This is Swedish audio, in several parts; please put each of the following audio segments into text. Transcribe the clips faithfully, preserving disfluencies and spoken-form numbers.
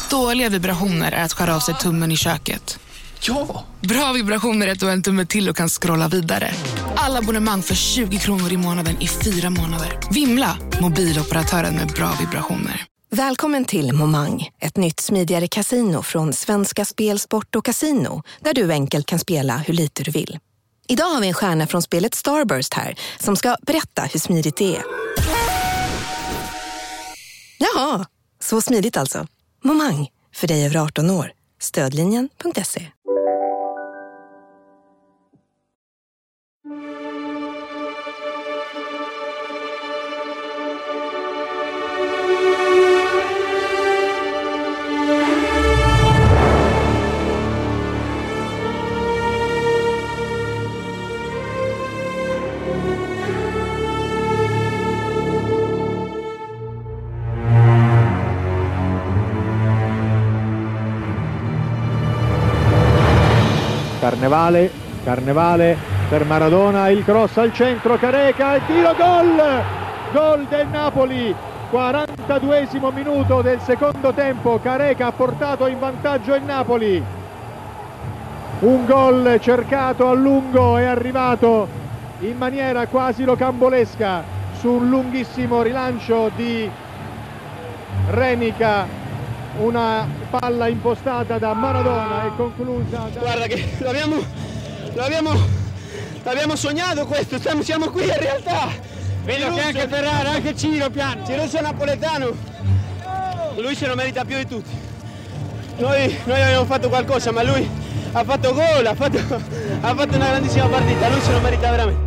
Dåliga vibrationer är att skära av sig tummen i köket. Ja! Bra vibrationer är att du har en tumme till och kan scrolla vidare. Alla abonnemang för tjugo kronor i månaden i fyra månader. Vimla, mobiloperatören med bra vibrationer. Välkommen till Momang, ett nytt smidigare casino från Svenska Spel, Sport och Casino, där du enkelt kan spela hur lite du vill. Idag har vi en stjärna från spelet Starburst här som ska berätta hur smidigt det är. Jaha, så smidigt alltså. Momang, för dig över arton år. Stödlinjen punkt se. Carnevale, Carnevale per Maradona, il cross al centro, Careca, il tiro, gol! Gol del Napoli, quarantaduesimo minuto del secondo tempo, Careca ha portato in vantaggio il Napoli. Un gol cercato a lungo, è arrivato in maniera quasi rocambolesca su un lunghissimo rilancio di Renica. Una palla impostata da Maradona e conclusa da... Guarda che l'abbiamo, l'abbiamo, l'abbiamo sognato questo, siamo, siamo qui in realtà. Vedo Ciruccio, che anche Ferrari, anche Ciro piano. Ciruccio napoletano, lui se lo merita più di tutti. Noi, noi abbiamo fatto qualcosa, ma lui ha fatto gol, ha fatto, ha fatto una grandissima partita, lui se lo merita veramente.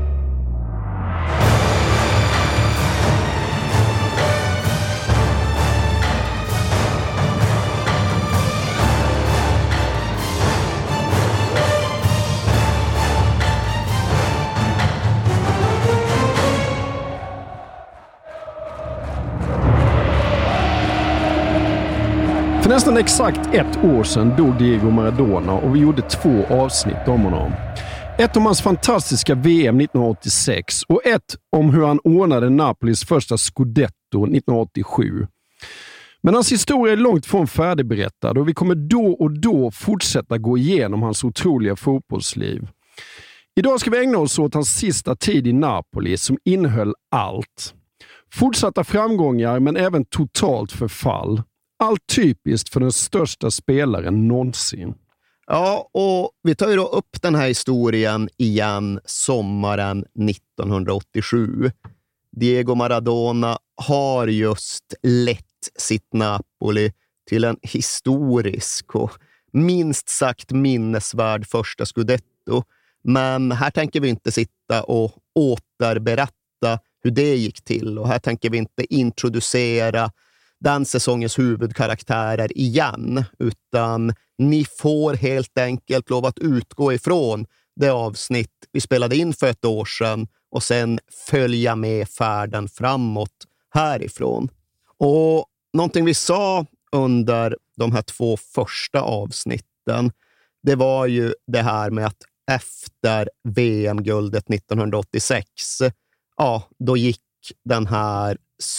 För nästan exakt ett år sedan dog Diego Maradona och vi gjorde två avsnitt om honom. Ett om hans fantastiska V M nittonhundraåttiosex och ett om hur han ordnade Napolis första Scudetto nittonhundraåttiosju. Men hans historia är långt från färdigberättad och vi kommer då och då fortsätta gå igenom hans otroliga fotbollsliv. Idag ska vi ägna oss åt hans sista tid i Napoli som innehöll allt. Fortsatta framgångar men även totalt förfall. Allt typiskt för den största spelaren någonsin. Ja, och vi tar ju då upp den här historien igen sommaren nittonhundraåttiosju. Diego Maradona har just lett sitt Napoli till en historisk och minst sagt minnesvärd första Scudetto. Men här tänker vi inte sitta och återberätta hur det gick till. Och här tänker vi inte introducera den säsongens huvudkaraktärer igen, utan ni får helt enkelt lov att utgå ifrån det avsnitt vi spelade in för ett år sedan och sen följa med färden framåt härifrån. Och någonting vi sa under de här två första avsnitten, det var ju det här med att efter V M-guldet nittonhundraåttiosex, ja, då gick den här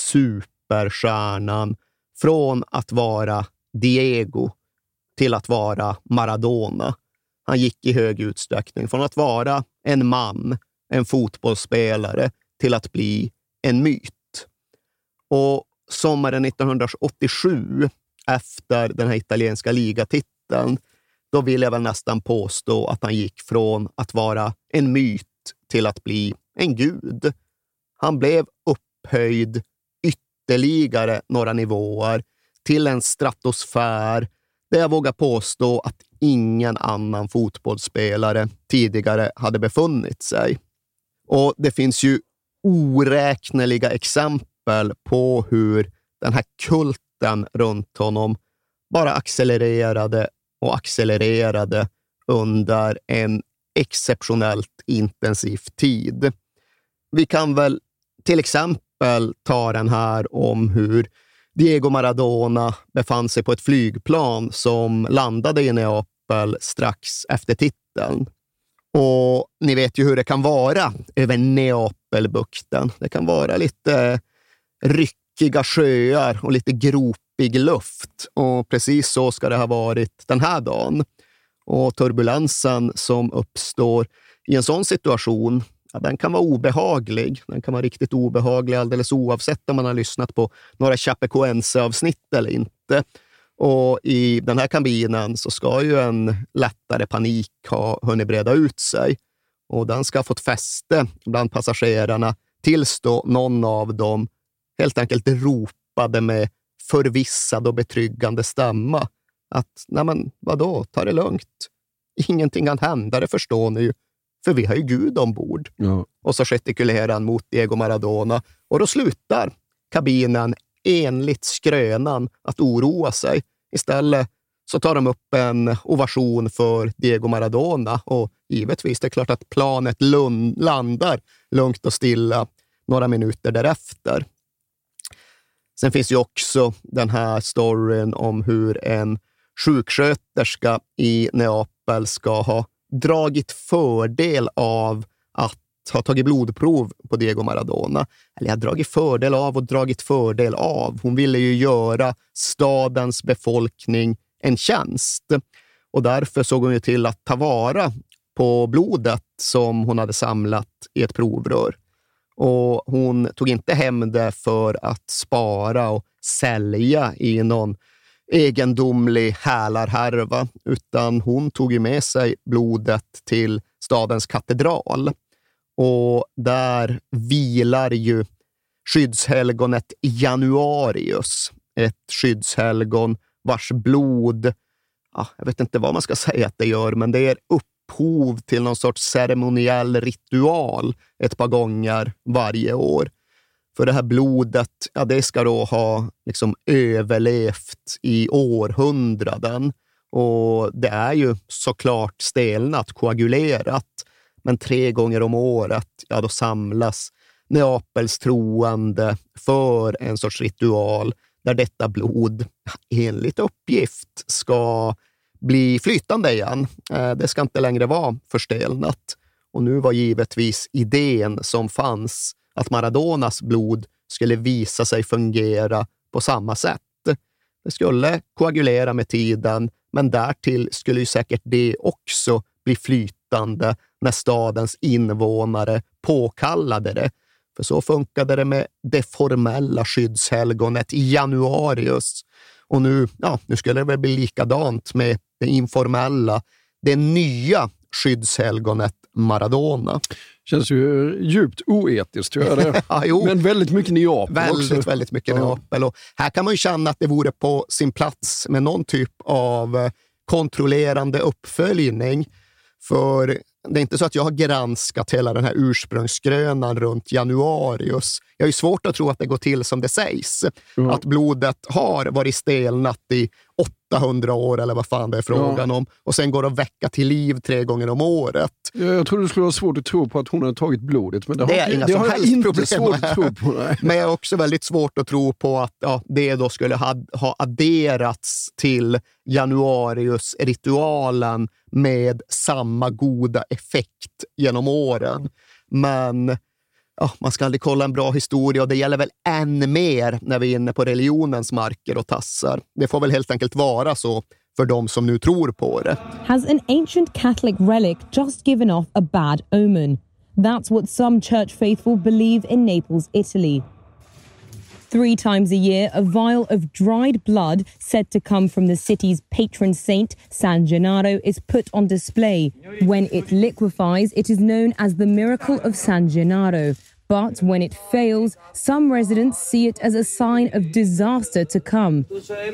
superstjärnan från att vara Diego till att vara Maradona. Han gick i hög utsträckning från att vara en man, en fotbollsspelare, till att bli en myt. Och sommaren nittonhundraåttiosju, efter den här italienska ligatiteln, då vill jag väl nästan påstå att han gick från att vara en myt till att bli en gud. Han blev upphöjd ytterligare några nivåer till en stratosfär där jag vågar påstå att ingen annan fotbollsspelare tidigare hade befunnit sig. Och det finns ju oräkneliga exempel på hur den här kulten runt honom bara accelererade och accelererade under en exceptionellt intensiv tid. Vi kan väl till exempel ta den här om hur Diego Maradona befann sig på ett flygplan som landade i Neapel strax efter titeln. Och ni vet ju hur det kan vara över Neapelbukten. Det kan vara lite ryckigt brackiga sjöar och lite gropig luft. Och precis så ska det ha varit den här dagen. Och turbulensen som uppstår i en sån situation, ja, den kan vara obehaglig. Den kan vara riktigt obehaglig alldeles oavsett om man har lyssnat på några Chapecoense-avsnitt eller inte. Och i den här kabinen så ska ju en lättare panik ha hunnit breda ut sig. Och den ska ha fått fäste bland passagerarna tills då någon av dem helt enkelt ropade med förvissad och betryggande stämma att, nej men vadå, ta det lugnt. Ingenting kan hända, det förstår ni ju. För vi har ju Gud ombord. Ja. Och så gestikulerar han mot Diego Maradona. Och då slutar kabinen enligt skrönan att oroa sig. Istället så tar de upp en ovation för Diego Maradona. Och givetvis, det är klart att planet lund- landar lugnt och stilla några minuter därefter. Sen finns ju också den här storyn om hur en sjuksköterska i Neapel ska ha dragit fördel av att ha tagit blodprov på Diego Maradona. Eller har dragit fördel av och dragit fördel av. Hon ville ju göra stadens befolkning en tjänst. Och därför såg hon ju till att ta vara på blodet som hon hade samlat i ett provrör. Och hon tog inte hem det för att spara och sälja i någon egendomlig hälarhärva, utan hon tog ju med sig blodet till stadens katedral. Och där vilar ju skyddshelgonet Januarius, ett skyddshelgon vars blod, ja, jag vet inte vad man ska säga att det gör, men det är upphov till någon sorts ceremoniell ritual ett par gånger varje år. För det här blodet, ja, det ska då ha liksom överlevt i århundraden. Och det är ju såklart stelnat, koagulerat. Men tre gånger om året, ja, då samlas Neapels troende för en sorts ritual där detta blod, enligt uppgift, ska bli flytande igen. Det ska inte längre vara förstelnat. Och nu var givetvis idén som fanns att Maradonas blod skulle visa sig fungera på samma sätt. Det skulle koagulera med tiden, men därtill skulle ju säkert det också bli flytande när stadens invånare påkallade det. För så funkade det med det formella skyddshelgonet Januarius. Och nu, ja, nu skulle det väl bli likadant med det informella, det nya skyddshelgonet Maradona. Känns ju djupt oetiskt, tror jag det. Ja, men väldigt mycket Neapel väldigt, också. Väldigt mycket ja. Neapel. Och här kan man ju känna att det vore på sin plats med någon typ av kontrollerande uppföljning. För det är inte så att jag har granskat hela den här ursprungsgrönan runt Januarius. Jag är ju svårt att tro att det går till som det sägs. Mm. Att blodet har varit stelnat i åttahundra år eller vad fan det är frågan ja. om. Och sen går att väcka till liv tre gånger om året. Ja, jag tror det skulle vara svårt att tro på att hon har tagit blodet. Men det, det har, är inga det som har helst inte problem svårt att tro på. Nej. Men jag är också väldigt svårt att tro på att ja, det då skulle ha, ha adderats till Januarius-ritualen med samma goda effekt genom åren. Men ja, man ska aldrig kolla en bra historia, och det gäller väl än mer när vi är inne på religionens marker och tassar. Det får väl helt enkelt vara så för de som nu tror på det. Has an ancient Catholic relic just given off a bad omen? That's what some church faithful believe in Naples, Italy. Three times a year, a vial of dried blood said to come from the city's patron saint, San Gennaro, is put on display. When it liquefies, it is known as the miracle of San Gennaro. But when it fails, some residents see it as a sign of disaster to come.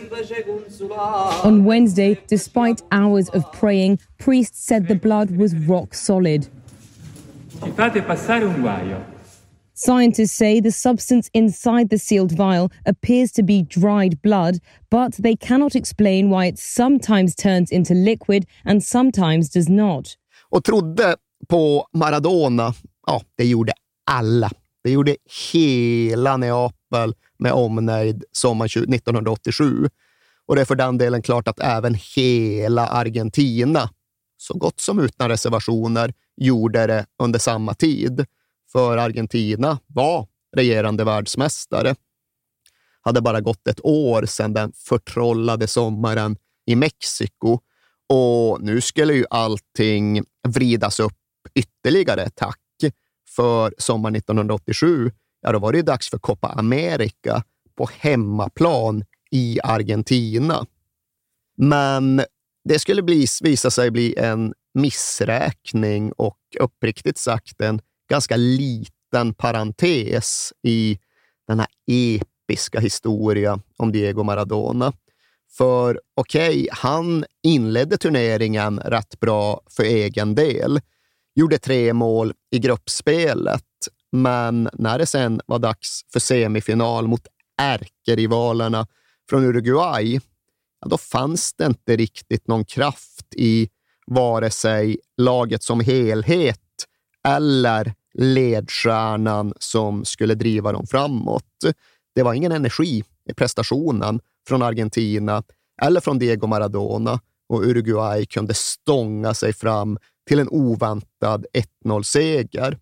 On Wednesday, despite hours of praying, priests said the blood was rock solid. Ci fate passare un guaio. Scientists say the substance inside the sealed vial appears to be dried blood, but they cannot explain why it sometimes turns into liquid and sometimes does not. Och trodde på Maradona, ja, det gjorde alla. Det gjorde hela Neapel med omnejd sommar nittonhundraåttiosju. Och det är för den delen klart att även hela Argentina, så gott som utan reservationer, gjorde det under samma tid. För Argentina var regerande världsmästare. hade bara gått ett år sedan den förtrollade sommaren i Mexiko. Och nu skulle ju allting vridas upp ytterligare ett tack. För sommar nittonhundraåttiosju, ja då var det ju dags för Copa America på hemmaplan i Argentina. Men det skulle bli, visa sig bli en missräkning och uppriktigt sagt en ganska liten parentes i den här episka historia om Diego Maradona. För okej, okay, han inledde turneringen rätt bra för egen del. Gjorde tre mål i gruppspelet, men när det sen var dags för semifinal mot ärkerivalerna från Uruguay, ja, då fanns det inte riktigt någon kraft i vare sig laget som helhet eller ledstjärnan som skulle driva dem framåt. Det var ingen energi i prestationen från Argentina eller från Diego Maradona, och Uruguay kunde stånga sig fram till en oväntad ett noll-seger.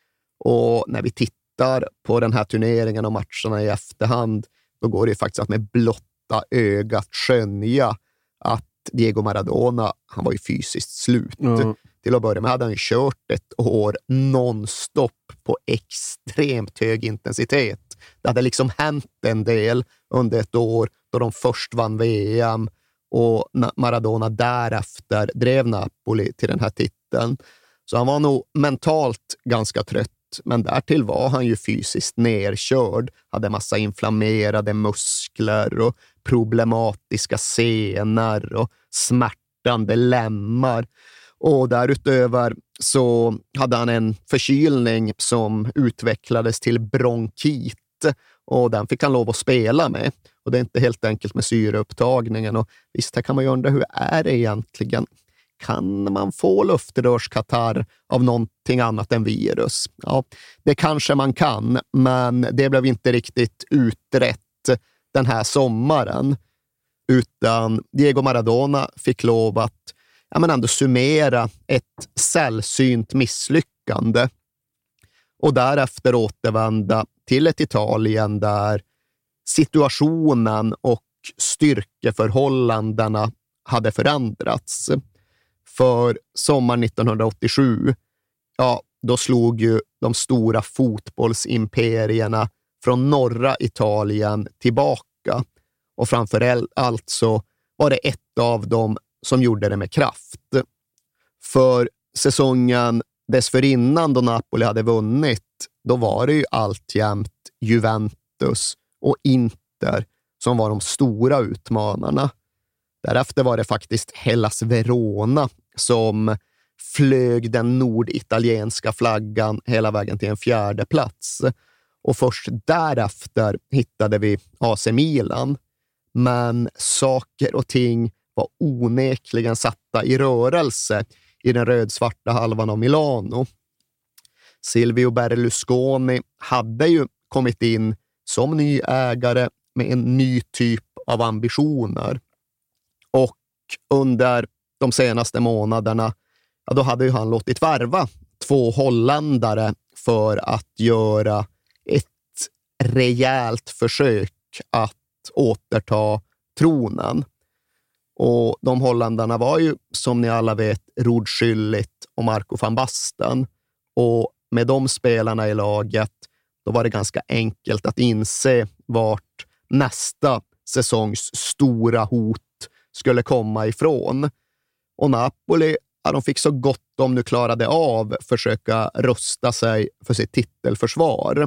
Och när vi tittar på den här turneringen och matcherna i efterhand, då går det faktiskt att med blotta ögat skönja att Diego Maradona, han var ju fysiskt slut. Mm. Till att börja med hade han ju kört ett år nonstop på extremt hög intensitet. Det hade liksom hänt en del under ett år då de först vann V M och Maradona därefter drev Napoli till den här titeln. Så han var nog mentalt ganska trött, men därtill var han ju fysiskt nerkörd. Hade massa inflammerade muskler och problematiska senor och smärtande lemmar. Och därutöver så hade han en förkylning som utvecklades till bronkit, och den fick han lov att spela med. Och det är inte helt enkelt med syreupptagningen. Och visst, här kan man ju undra, hur är det egentligen? Kan man få luftrörskatarr av någonting annat än virus? Ja, det kanske man kan, men det blev inte riktigt utrett den här sommaren. Utan Diego Maradona fick lov att ja, men ändå summera ett sällsynt misslyckande och därefter återvända till ett Italien där situationen och styrkeförhållandena hade förändrats. För sommar nittonhundraåttiosju, ja, då slog ju de stora fotbollsimperierna från norra Italien tillbaka, och framför allt så var det ett av dem som gjorde det med kraft. För säsongen dessförinnan då Napoli hade vunnit, då var det ju alltjämt Juventus och Inter som var de stora utmanarna. Därefter var det faktiskt Hellas Verona som flög den norditalienska flaggan hela vägen till en fjärde plats. Och först därefter hittade vi A C Milan. Men saker och ting var onekligen satta i rörelse i den rödsvarta halvan av Milano. Silvio Berlusconi hade ju kommit in som ny ägare med en ny typ av ambitioner. Och under de senaste månaderna, ja, då hade ju han låtit värva två holländare för att göra ett rejält försök att återta tronen. Och de holländarna var ju, som ni alla vet, Ruud Schüllit och Marco van Basten. Och med de spelarna i laget, då var det ganska enkelt att inse vart nästa säsongs stora hot skulle komma ifrån. Och Napoli, ja, de fick så gott de nu klarade av försöka rusta sig för sitt titelförsvar.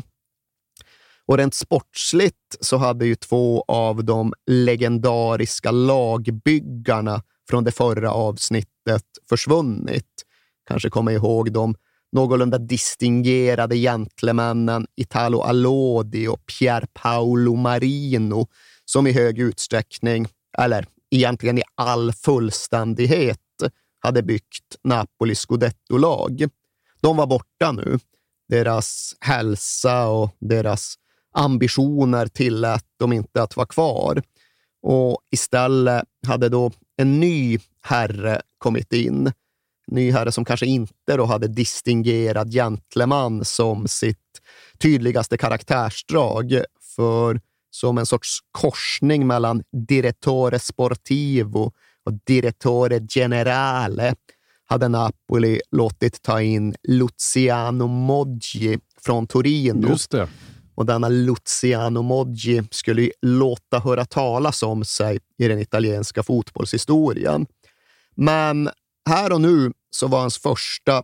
Och rent sportsligt så hade ju två av de legendariska lagbyggarna från det förra avsnittet försvunnit. Kanske kommer ihåg de någorlunda distingerade gentlemännen Italo Allodi och Pier Paolo Marino, som i hög utsträckning, eller egentligen i all fullständighet, hade byggt Napolis Scudetto-lag. De var borta nu. Deras hälsa och deras ambitioner tillät dem inte att vara kvar. Och istället hade då en ny herre kommit in. En ny herre som kanske inte då hade distingerad gentleman som sitt tydligaste karaktärsdrag. För som en sorts korsning mellan direttore sportivo och direttore generale, hade Napoli låtit ta in Luciano Moggi från Torino. Just det. Och denna Luciano Moggi skulle låta höra talas om sig i den italienska fotbollshistorien. Men här och nu så var hans första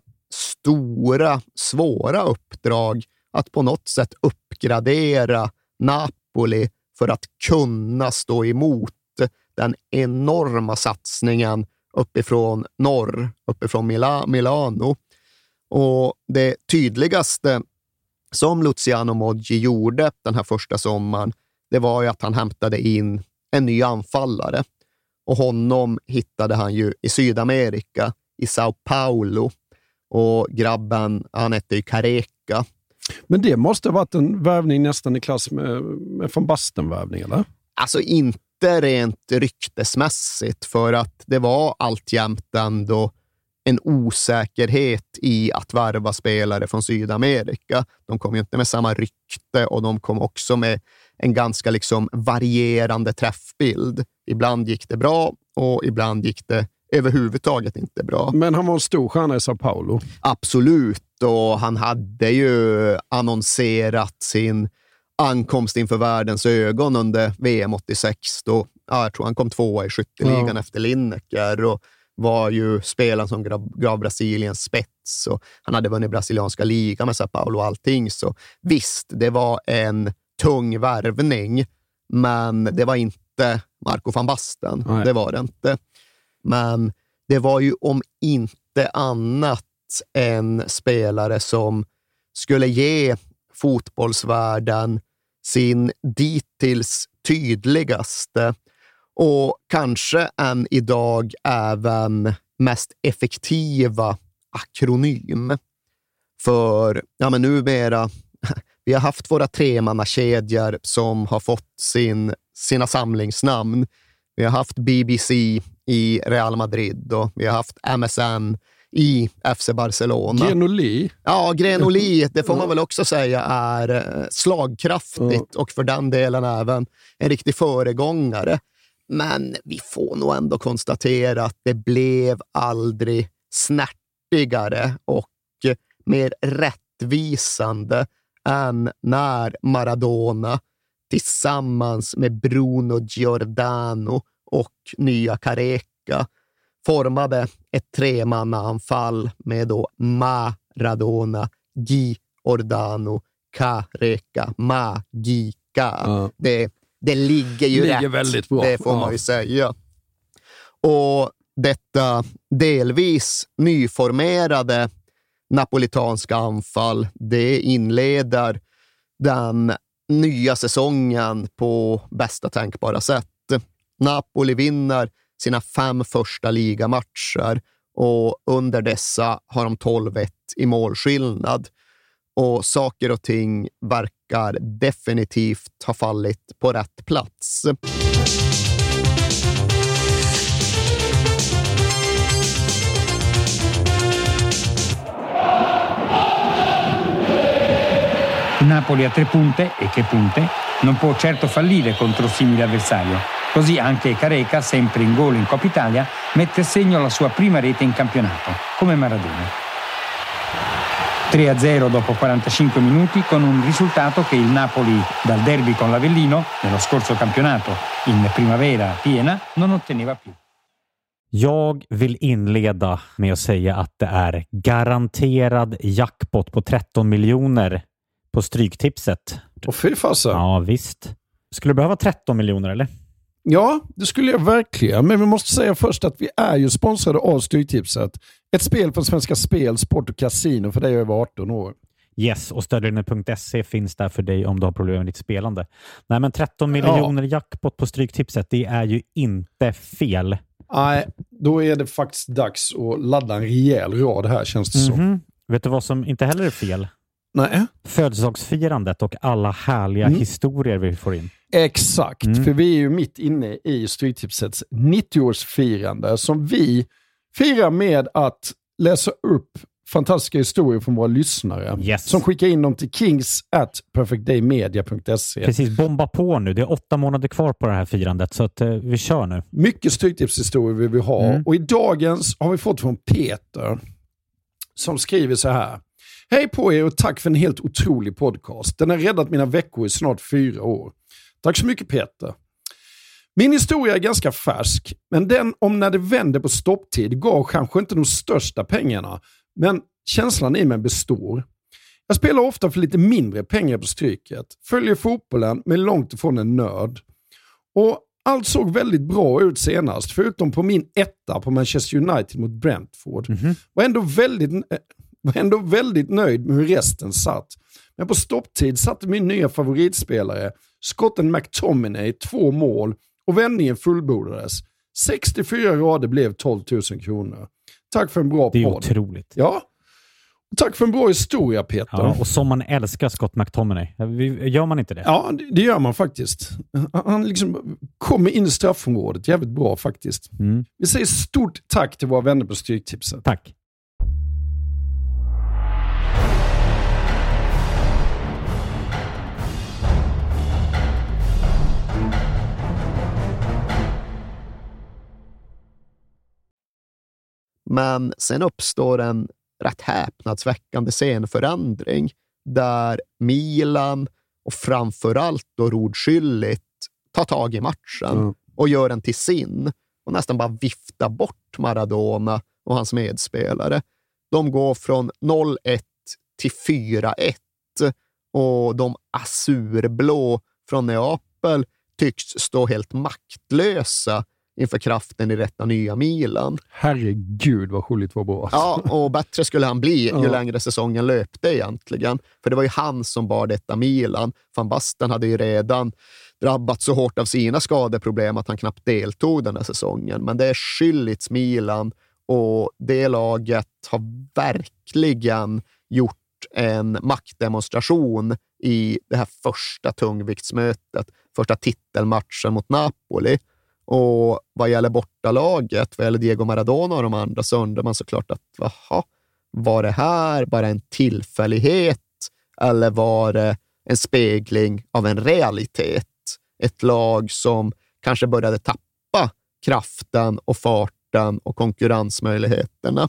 stora, svåra uppdrag att på något sätt uppgradera Napoli för att kunna stå emot den enorma satsningen uppifrån norr, uppifrån Mila- Milano. Och det tydligaste som Luciano Moggi gjorde den här första sommaren, det var ju att han hämtade in en ny anfallare. Och honom hittade han ju i Sydamerika, i Sao Paulo. Och grabben, han hette ju Careca. Men det måste ha varit en värvning nästan i klass med, med Van Basten-värvning, eller? Alltså inte rent ryktesmässigt, för att det var alltjämt ändå en osäkerhet i att värva spelare från Sydamerika. De kom ju inte med samma rykte och de kom också med en ganska liksom varierande träffbild. Ibland gick det bra och ibland gick det överhuvudtaget inte bra. Men han var en stor stjärna i Sao Paulo. Absolut, och han hade ju annonserat sin ankomst inför världens ögon under V M åttiosex. Då, ja, jag tror han kom tvåa i skytteligan ja. efter Lineker och var ju spelaren som gav, gav Brasiliens spets. Och han hade vunnit brasilianska ligan med Sao Paulo och allting. Så visst, det var en tung värvning, men det var inte Marco van Basten. Nej. Det var det inte. Men det var ju om inte annat en spelare som skulle ge fotbollsvärlden sin dittills tydligaste och kanske än idag även mest effektiva akronym. För ja, men numera, vi har haft våra tremannakedjor som har fått sin, sina samlingsnamn. Vi har haft B B C i Real Madrid och vi har haft M S N i F C Barcelona. Grenoli. Ja, Grenoli, det får man väl också säga är slagkraftigt och för den delen även en riktig föregångare. Men vi får nog ändå konstatera att det blev aldrig snärtigare och mer rättvisande än när Maradona tillsammans med Bruno Giordano och nya Careca formade ett tremannaanfall med då Maradona, Giordano, Careca, Magica. Mm. Det, det ligger ju ligger rätt, väldigt bra. Det får ja. man ju säga. Och detta delvis nyformerade napolitanska anfall, det inleder den nya säsongen på bästa tänkbara sätt. Napoli vinner sina fem första ligamatcher och under dessa har de tolv ett i målskillnad. Och saker och ting verkar definitivt ha fallit på rätt plats. Napoli ha tre punte, e che punte, non può certo fallire contro simile avversario. Così anche Careca, sempre in gol in Coppa Italia, mette a segno la sua prima rete in campionato, come Maradona. tre a zero dopo quarantacinque minuti, con un risultato che il Napoli dal derby con l'Avellino, nello scorso campionato, in primavera piena, non otteneva più. Jag vill inleda med att säga att det är garanterad jackpot på tretton miljoner på stryktipset. Och fy fasen. Ja, visst. Skulle du behöva tretton miljoner, eller? Ja, det skulle jag verkligen. Men vi måste säga först att vi är ju sponsrade av Stryktipset. Ett spel från Svenska Spel, Sport och Casino för dig över arton år. Yes, och stödlinjen punkt se finns där för dig om du har problem med ditt spelande. Nej, men tretton miljoner ja. jackpot på Stryktipset, det är ju inte fel. Nej, då är det faktiskt dags att ladda en rejäl rad här, känns det mm-hmm. som. Vet du vad som inte heller är fel? Nej. Födelsedagsfirandet och alla härliga mm. historier vi får in. Exakt, mm. för vi är ju mitt inne i Stryktipsets nittioårsfirande som vi firar med att läsa upp fantastiska historier från våra lyssnare. Yes. Som skickar in dem till kings at perfect day media punkt se. Precis, bomba på nu. Det är åtta månader kvar på det här firandet, så att, eh, vi kör nu. Mycket stryktipshistorier vill vi ha. Mm. Och i dagens har vi fått från Peter som skriver så här. Hej på er och tack för en helt otrolig podcast. Den har räddat mina veckor i snart fyra år. Tack så mycket Peter. Min historia är ganska färsk, men den om när det vände på stopptid gav kanske inte de största pengarna. Men känslan i mig består. Jag spelar ofta för lite mindre pengar på stryket. Följer fotbollen men långt ifrån en nörd. Och allt såg väldigt bra ut senast, förutom på min etta på Manchester United mot Brentford. Mm-hmm. Var ändå väldigt, var ändå väldigt nöjd med hur resten satt. Men på stopptid satte min nya favoritspelare, Scotten McTominay, två mål och vändningen fullbordades. sextiofyra rader blev tolv tusen kronor. Tack för en bra podd. Det är podd. Otroligt. Ja. Tack för en bra historia, Peter. Ja, och som man älskar Scott McTominay. Gör man inte det? Ja, det gör man faktiskt. Han liksom kommer in i straffområdet jävligt bra faktiskt. Mm. Vi säger stort tack till våra vänner på Stryktipset. Tack. Men sen uppstår en rätt häpnadsväckande scenförändring där Milan och framförallt då rodskyldigt tar tag i matchen mm. och gör den till sin och nästan bara viftar bort Maradona och hans medspelare. De går från noll ett till fyra ett och de azurblå från Neapel tycks stå helt maktlösa inför kraften i detta nya Milan. Herregud vad skjuligt var bra. Ja, och bättre skulle han bli ju ja. längre säsongen löpte egentligen. För det var ju han som bar detta Milan. Van Basten hade ju redan drabbat så hårt av sina skadeproblem att han knappt deltog den här säsongen. Men det är Schüllits Milan och det laget har verkligen gjort en maktdemonstration i det här första tungviktsmötet. Första titelmatchen mot Napoli. Och vad gäller bortalaget, vad gäller Diego Maradona och de andra, så undrar man såklart att vaha, var det här bara en tillfällighet eller var det en spegling av en realitet? Ett lag som kanske började tappa kraften och farten och konkurrensmöjligheterna.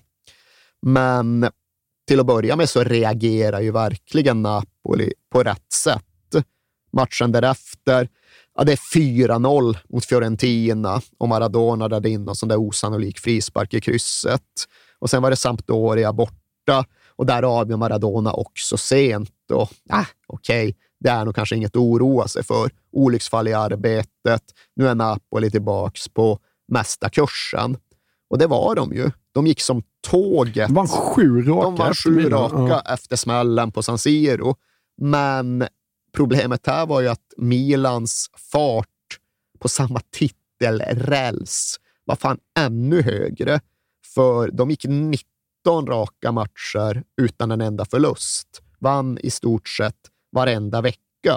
Men till att börja med så reagerar ju verkligen Napoli på rätt sätt. Matchen därefter, ja, det är fyra noll mot Fiorentina och Maradona där in och sån där osannolik frispark i krysset. Och sen var det Sampdoria borta och där avgör Maradona också sent. Och ah, okej, okay, det är nog kanske inget att oroa sig för. Olycksfall i arbetet. Nu är Napoli tillbaks på mästarkursen. Och det var de ju. De gick som tåget. De var sju raka, de var sju raka ja. efter smällen på San Siro. Men problemet här var ju att Milans fart på samma titelräls var fan ännu högre. För de gick nitton raka matcher utan en enda förlust. Vann i stort sett varenda vecka.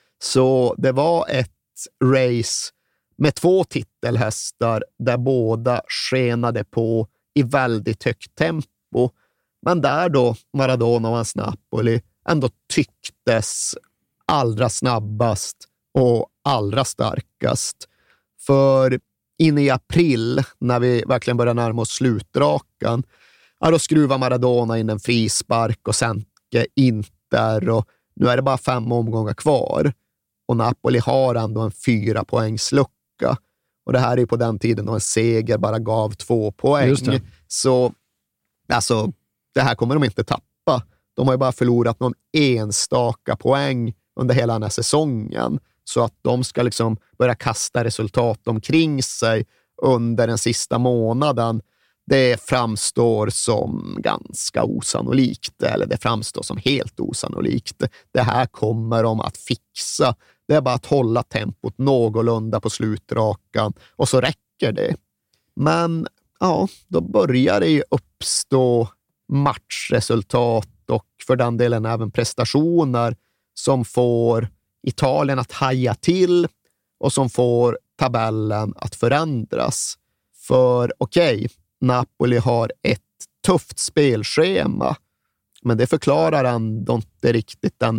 Så det var ett race med två titelhästar där båda skenade på i väldigt högt tempo. Men där då Maradona och hans Napoli ändå tycktes allra snabbast och allra starkast. För in i april, när vi verkligen börjar närma oss slutrakan, ja, då skruvar Maradona in en frispark och Senke Inter och nu är det bara fem omgångar kvar. Och Napoli har ändå en fyra poängs lucka. Och det här är ju på den tiden då en seger bara gav två poäng. Så alltså, det här kommer de inte tappa. De har ju bara förlorat någon enstaka poäng under hela den här säsongen. Så att de ska liksom börja kasta resultat omkring sig under den sista månaden, det framstår som ganska osannolikt. Eller det framstår som helt osannolikt. Det här kommer de att fixa. Det är bara att hålla tempot någorlunda på slutrakan och så räcker det. Men ja, då börjar det ju uppstå matchresultat och för den delen även prestationer som får Italien att haja till och som får tabellen att förändras. För okej, okay, Napoli har ett tufft spelschema. Men det förklarar ändå inte riktigt den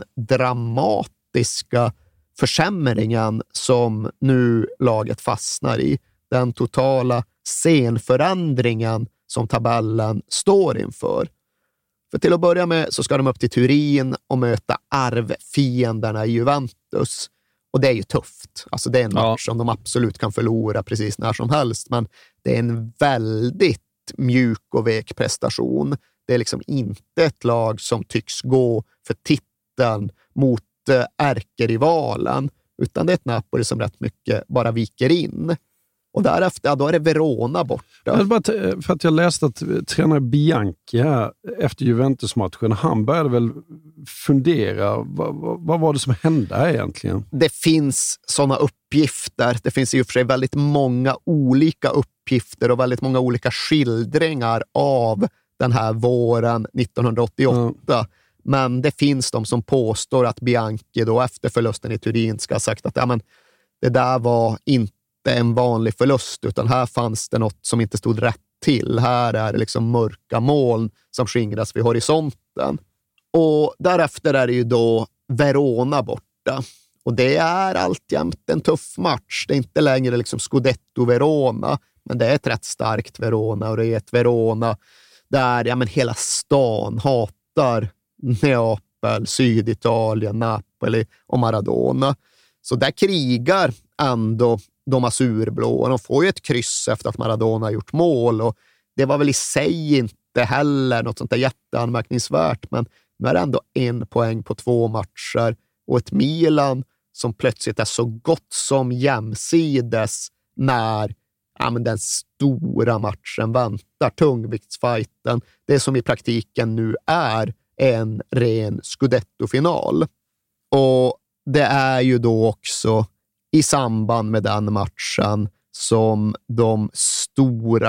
dramatiska försämringen som nu laget fastnar i. Den totala scenförändringen som tabellen står inför. För till att börja med så ska de upp till Turin och möta arvfienderna i Juventus. Och det är ju tufft. Alltså det är en match ja. som de absolut kan förlora precis när som helst. Men det är en väldigt mjuk och vek prestation. Det är liksom inte ett lag som tycks gå för titeln mot ärkerivalen. Utan det är ett Napoli som rätt mycket bara viker in. Och därefter, ja, då är det Verona borta. Bara t- för att jag läste att tränare Bianchi här efter Juventus-matchen, han började väl fundera, vad, vad, vad var det som hände här egentligen? Det finns sådana uppgifter. Det finns i och för sig väldigt många olika uppgifter och väldigt många olika skildringar av den här våren nittonhundraåttioåtta. Mm. Men det finns de som påstår att Bianchi då efter förlusten i Turin ska ha sagt att ja, men det där var inte en vanlig förlust, utan här fanns det något som inte stod rätt till. Här är det liksom mörka moln som skingras vid horisonten. Och därefter är det ju då Verona borta. Och det är alltjämt en tuff match. Det är inte längre liksom Scudetto-Verona, men det är ett rätt starkt Verona, och det är ett Verona där ja, men hela stan hatar Neapel, Syditalien, Napoli och Maradona. Så där krigar ändå de azurblå. De får ju ett kryss efter att Maradona har gjort mål, och det var väl i sig inte heller något sånt där jätteanmärkningsvärt, men nu är det ändå en poäng på två matcher och ett Milan som plötsligt är så gott som jämsides när ja, men den stora matchen väntar, tungviktsfighten, det som i praktiken nu är en ren Scudetto-final. Och det är ju då också i samband med den matchen som de stora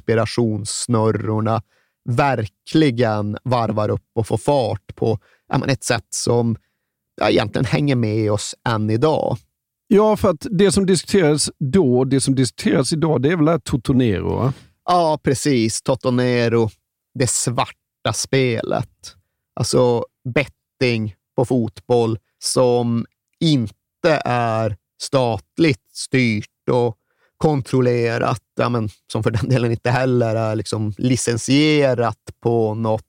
konspirationssnurrorna verkligen varvar upp och får fart på ja, men ett sätt som ja, egentligen hänger med oss än idag. Ja, för att det som diskuteras då, det som diskuteras idag, det är väl det här Totonero, va? Ja, precis. Totonero, det svarta spelet. Alltså betting på fotboll som inte är statligt styrt och kontrollerat, ja, men som för den delen inte heller är liksom licensierat på något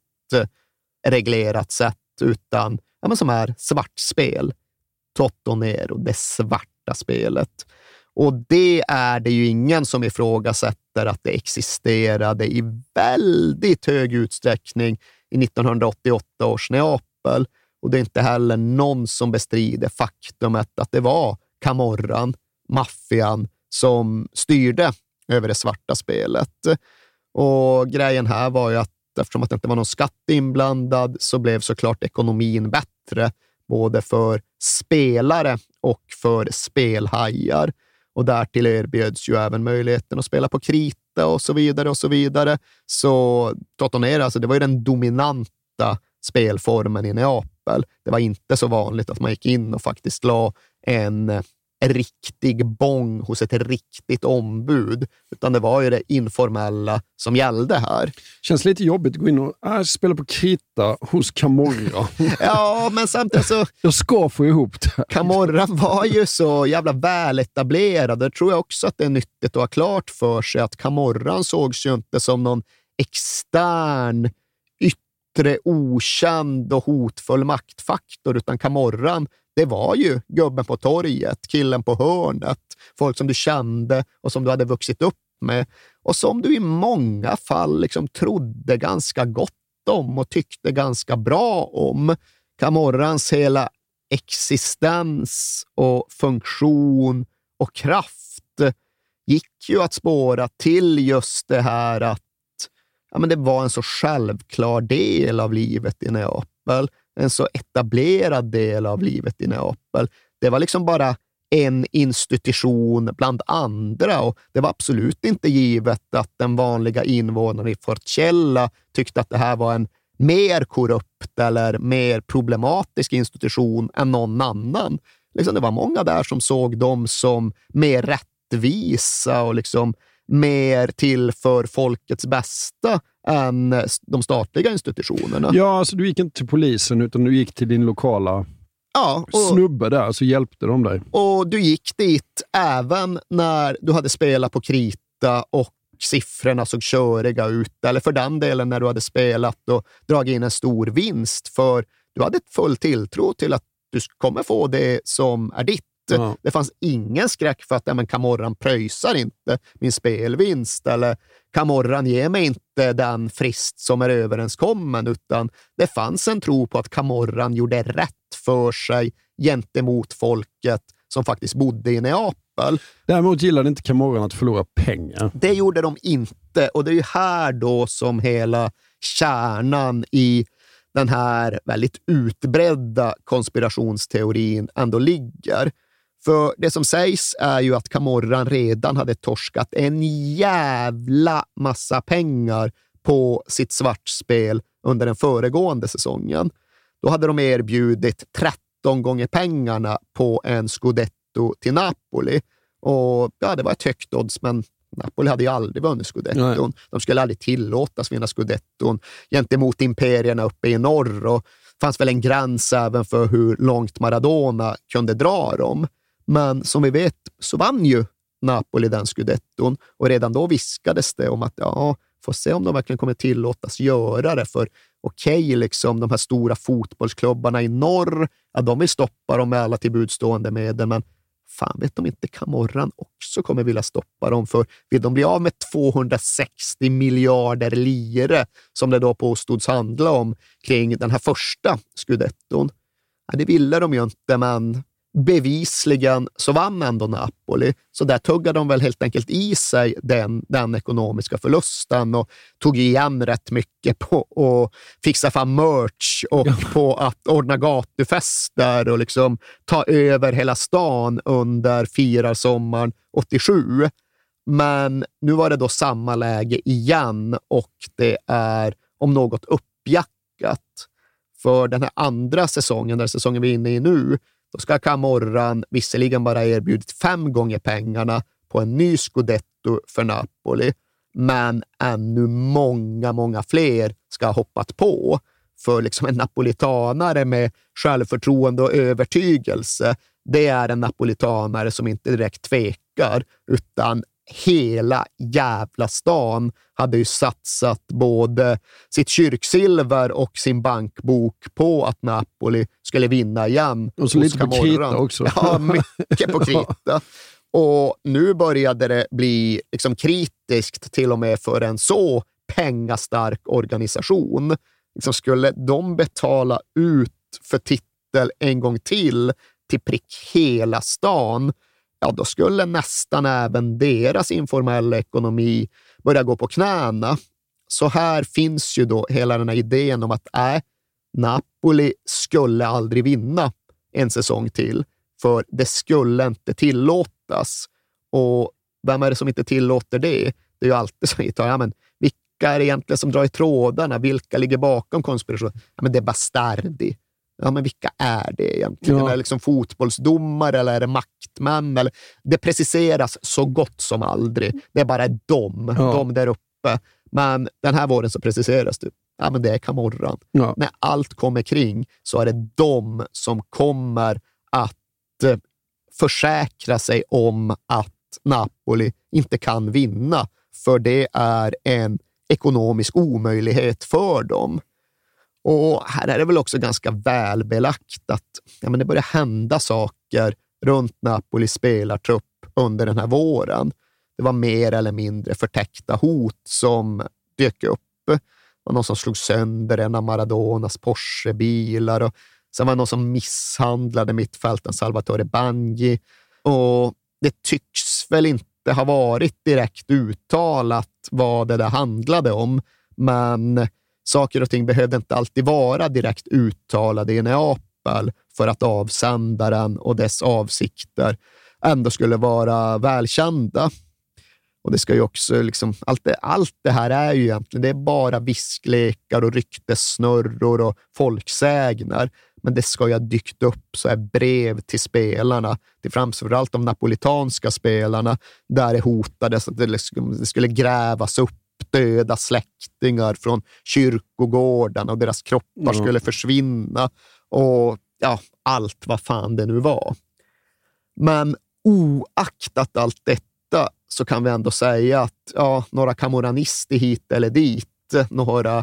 reglerat sätt, utan ja, men som är svartspel. Totonero, det svarta spelet. Och det är det ju ingen som ifrågasätter att det existerade i väldigt hög utsträckning i nittonhundraåttioåtta års Neapel. Och det är inte heller någon som bestrider faktumet att det var Camorran, maffian, som styrde över det svarta spelet. Och grejen här var ju att eftersom att det inte var någon skatt inblandad så blev såklart ekonomin bättre både för spelare och för spelhajar. Och därtill erbjöds ju även möjligheten att spela på krita och så vidare och så vidare. Så Totonero, alltså det var ju den dominanta spelformen i Neapel. Det var inte så vanligt att man gick in och faktiskt la en riktig bong hos ett riktigt ombud, utan det var ju det informella som gällde här. Känns lite jobbigt att gå in och äh, spela på krita hos Camorra. Ja, men samtidigt så... Jag ska få ihop det. Camorra var ju så jävla väletablerad. Det tror jag också att det är nyttigt att ha klart för sig att Camorran sågs ju inte som någon extern, yttre, okänd och hotfull maktfaktor, utan Camorran, det var ju gubben på torget, killen på hörnet, folk som du kände och som du hade vuxit upp med och som du i många fall liksom trodde ganska gott om och tyckte ganska bra om. Camorrans hela existens och funktion och kraft gick ju att spåra till just det här att ja, men det var en så självklar del av livet i Neapel. En så etablerad del av livet i Neapel. Det var liksom bara en institution bland andra och det var absolut inte givet att den vanliga invånaren i Forcella tyckte att det här var en mer korrupt eller mer problematisk institution än någon annan. Liksom det var många där som såg dem som mer rättvisa och liksom mer till för folkets bästa än de statliga institutionerna. Ja, alltså du gick inte till polisen utan du gick till din lokala ja, och, snubbe där, så hjälpte de dig. Och du gick dit även när du hade spelat på krita och siffrorna såg köriga ut, eller för den delen när du hade spelat och dragit in en stor vinst, för du hade full tilltro till att du kommer få det som är ditt. Ja. Det fanns ingen skräck för att ja, men Camorran pröjsar inte min spelvinst, eller Camorran ger mig inte den frist som är överenskommen, utan det fanns en tro på att Camorran gjorde rätt för sig gentemot folket som faktiskt bodde i Neapel. Däremot gillade inte Camorran att förlora pengar. Det gjorde de inte, och det är ju här då som hela kärnan i den här väldigt utbredda konspirationsteorin ändå ligger. För det som sägs är ju att Camorran redan hade torskat en jävla massa pengar på sitt svartspel under den föregående säsongen. Då hade de erbjudit tretton gånger pengarna på en scudetto till Napoli. Och ja, det var ett högt odds, men Napoli hade ju aldrig vunnit scudetton. Nej. De skulle aldrig tillåtas vinna scudetton gentemot imperierna uppe i norr, och det fanns väl en gräns även för hur långt Maradona kunde dra dem. Men som vi vet så vann ju Napoli den scudetton, och redan då viskades det om att ja, får se om de verkligen kommer tillåtas göra det, för okej, okay, liksom de här stora fotbollsklubbarna i norr, ja, de vill stoppa dem med alla tillbudstående medel, men fan vet de inte Camorran också kommer vilja stoppa dem, för vill de bli av med tvåhundrasextio miljarder lire som det då påstods handla om kring den här första scudetton. Ja, det ville de ju inte, men bevisligen så vann ändå Napoli, så där tuggade de väl helt enkelt i sig den, den ekonomiska förlusten och tog igen rätt mycket på att fixa fram merch och på att ordna gatufester och liksom ta över hela stan under firarsommaren åttiosju. Men nu var det då samma läge igen, och det är om något uppjackat. För den här andra säsongen, den säsongen vi är inne i nu, då ska Camorran visserligen bara erbjudit fem gånger pengarna på en ny scudetto för Napoli, men ännu många, många fler ska ha hoppat på. För liksom en napolitanare med självförtroende och övertygelse, det är en napolitanare som inte direkt tvekar, utan hela jävla stan hade ju satsat både sitt kyrksilver och sin bankbok på att Napoli skulle vinna igen. Och så lite på krita också. Ja, mycket på krita. Och nu började det bli liksom kritiskt till och med för en så pengastark organisation. Liksom skulle de betala ut för titel en gång till till prick hela stan, ja, då skulle nästan även deras informella ekonomi börja gå på knäna. Så här finns ju då hela den här idén om att äh, Napoli skulle aldrig vinna en säsong till, för det skulle inte tillåtas. Och vem är det som inte tillåter det? Det är ju alltid så att ja, men vilka är det egentligen som drar i trådarna? Vilka ligger bakom konspirationen? Ja, men det är Bastardi. Ja, men vilka är det egentligen? Ja. Är det liksom fotbollsdomare eller är det maktmän? Eller, det preciseras så gott som aldrig. Det är bara de, ja. de där uppe. Men den här våren så preciseras det. Ja, men det är Camorran. Ja. När allt kommer kring så är det de som kommer att eh, försäkra sig om att Napoli inte kan vinna. För det är en ekonomisk omöjlighet för dem. Och här är det väl också ganska välbelagt att ja, men det börjar hända saker runt Napolis spelartrupp under den här våren. Det var mer eller mindre förtäckta hot som dök upp. Det var någon som slog sönder en av Maradonas Porsche-bilar, och sen var det någon som misshandlade mittfälten Salvatore Bagni. Och det tycks väl inte ha varit direkt uttalat vad det där handlade om, men saker och ting behövde inte alltid vara direkt uttalade i Neapel för att avsändaren och dess avsikter ändå skulle vara välkända. Och det ska ju också liksom, allt det, allt det här är ju egentligen, det är bara visklekar och ryktessnurror och folksägner. Men det ska ju ha dykt upp så här brev till spelarna, till framförallt de napolitanska spelarna, där det hotades att det skulle grävas upp döda släktingar från kyrkogårdarna och deras kroppar Mm. skulle försvinna och ja, allt vad fan det nu var. Men oaktat allt detta så kan vi ändå säga att ja, några camorranister hit eller dit, några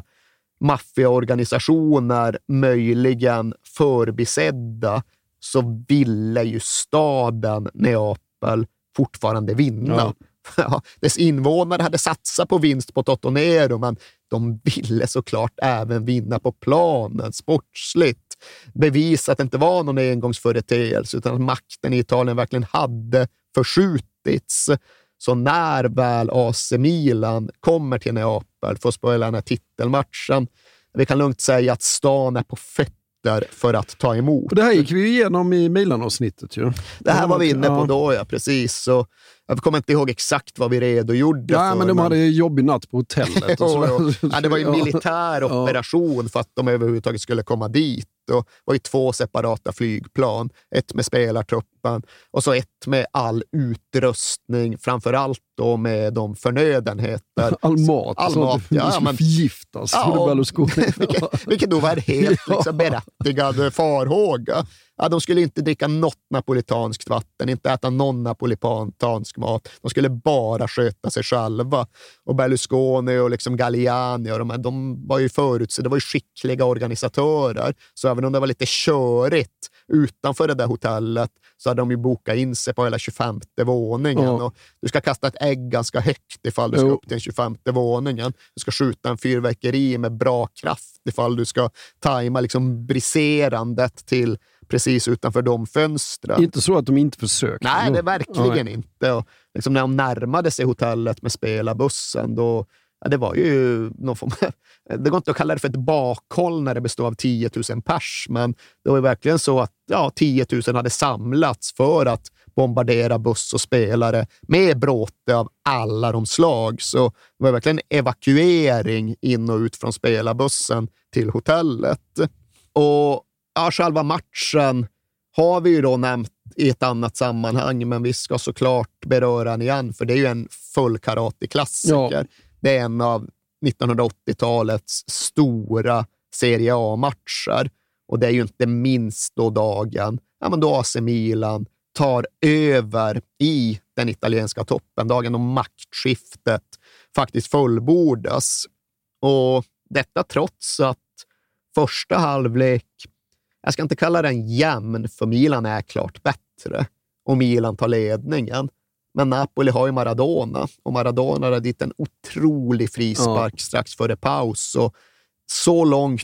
maffiaorganisationer möjligen förbisedda, så ville ju staden Neapel fortfarande vinna. Ja. Ja, dess invånare hade satsat på vinst på Totonero, men de ville såklart även vinna på planen, sportsligt. Bevisa att det inte var någon engångsföreteelse utan att makten i Italien verkligen hade förskjutits. Så när väl A C Milan kommer till Neapel för att spela den här titelmatchen, vi kan lugnt säga att stan är på fötter för att ta emot. Och det här gick vi igenom i Milan-avsnittet ju. Det här var vi inne på ja. då, ja, precis. Så jag kommer inte ihåg exakt vad vi redogjorde Ja, för. men de hade ju jobbig natt på hotellet. Och jo, jo. Ja, det var ju en Ja. militär operation för att de överhuvudtaget skulle komma dit. Och det var ju två separata flygplan. Ett med spelartruppen och så ett med all utrustning, framförallt då med de förnödenheter. All mat. All så mat, att det ja, skulle men- förgiftas. Ja, Ja, och- vilket, vilket då var en helt liksom, berättigad farhåga. Ja, de skulle inte dricka något napolitanskt vatten, inte äta någon napolitansk mat. De skulle bara sköta sig själva. Och Berlusconi och liksom Galliani, och de, här, de var ju förutsedda, det var ju skickliga organisatörer. Så även om det var lite körigt utanför det där hotellet så hade de ju bokat in sig på hela tjugofemte våningen. Ja. Och du ska kasta ett ägg ganska högt ifall du ska Jo. upp till den tjugofemte våningen. Du ska skjuta en fyrverkeri med bra kraft ifall du ska tajma liksom briserandet till precis utanför de fönstren. Inte så att de inte försökte. Nej, det är verkligen Nej. inte. Och liksom när de närmade sig hotellet med spelarbussen, då, ja, det var ju någon form, det går inte att kalla det för ett bakhåll när det består av tio tusen pers, men det var ju verkligen så att ja, tio tusen hade samlats för att bombardera buss och spelare med bråte av alla de slag. Så det var verkligen evakuering in och ut från spelarbussen till hotellet. Och ja, själva matchen har vi ju då nämnt i ett annat sammanhang, men vi ska såklart beröra den igen, för det är ju en full karate-klassiker. Ja. Det är en av nittonhundraåttiotalets stora Serie A-matcher, och det är ju inte minst då dagen ja, men då A C Milan tar över i den italienska toppen, dagen då maktskiftet faktiskt fullbordas. Och detta trots att första halvlek, jag ska inte kalla den jämn, för Milan är klart bättre och Milan tar ledningen. Men Napoli har ju Maradona, och Maradona hade dit en otrolig frispark ja. strax före paus. Och så långt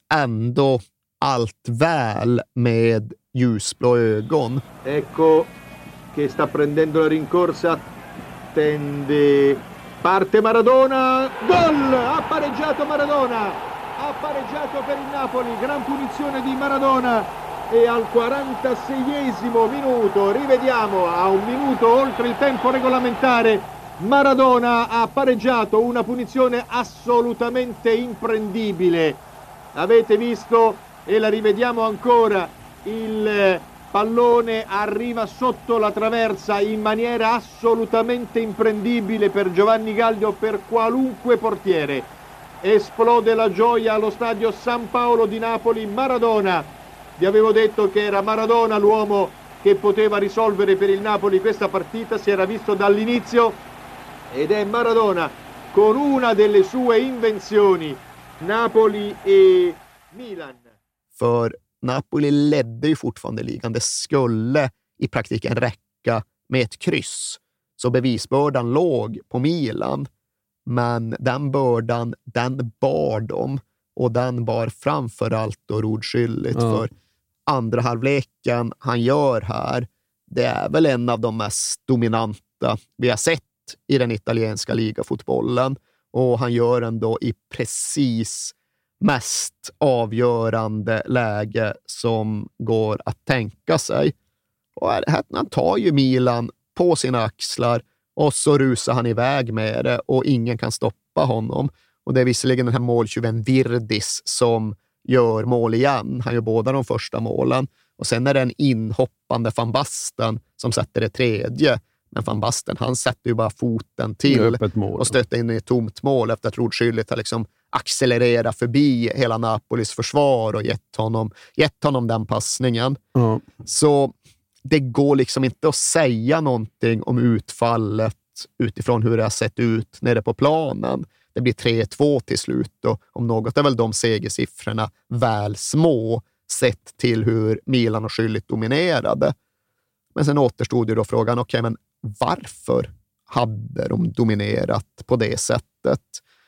ändå allt väl med ljusblå ögon. Ecco che sta prendendo la rincorsa, tende, parte Maradona, gol! Ha pareggiato Maradona! Ha pareggiato per il Napoli, gran punizione di Maradona, e al quarantaseiesimo minuto, rivediamo, a un minuto oltre il tempo regolamentare, Maradona ha pareggiato, una punizione assolutamente imprendibile. Avete visto, e la rivediamo ancora, il pallone arriva sotto la traversa in maniera assolutamente imprendibile per Giovanni Gallo, per qualunque portiere. Esplode la gioia allo stadio San Paolo di Napoli. Maradona, vi avevo detto che era Maradona l'uomo che poteva risolvere per il Napoli questa partita, si era visto dall'inizio, ed è Maradona con una delle sue invenzioni, Napoli e Milan. För Napoli ledde ju fortfarande ligan. Det skulle i praktiken räcka med ett kryss. Så bevisbördan låg på Milan. Men den bördan, den bar de. Och den bar framförallt då Rudskylligt. Ja. För andra halvleken han gör här, det är väl en av de mest dominanta vi har sett i den italienska ligafotbollen. Och han gör den då i precis mest avgörande läge som går att tänka sig. Och han tar ju Milan på sina axlar och så rusar han iväg med det och ingen kan stoppa honom. Och det är visserligen den här måltjuven Virdis som gör mål igen. Han gör båda de första målen. Och sen är det en inhoppande Van Basten som sätter det tredje. Men Van Basten, han sätter ju bara foten till och stöter in i ett tomt mål efter att Rudskyldigt har liksom accelererat förbi hela Napolis försvar och gett honom, gett honom den passningen. Mm. Så det går liksom inte att säga någonting om utfallet utifrån hur det har sett ut nere på planen. Det blir tre två till slut och om något är väl de segersiffrorna väl små sett till hur Milan och Schüllit dominerade. Men sen återstod ju då frågan, okej, okay, men varför hade de dominerat på det sättet?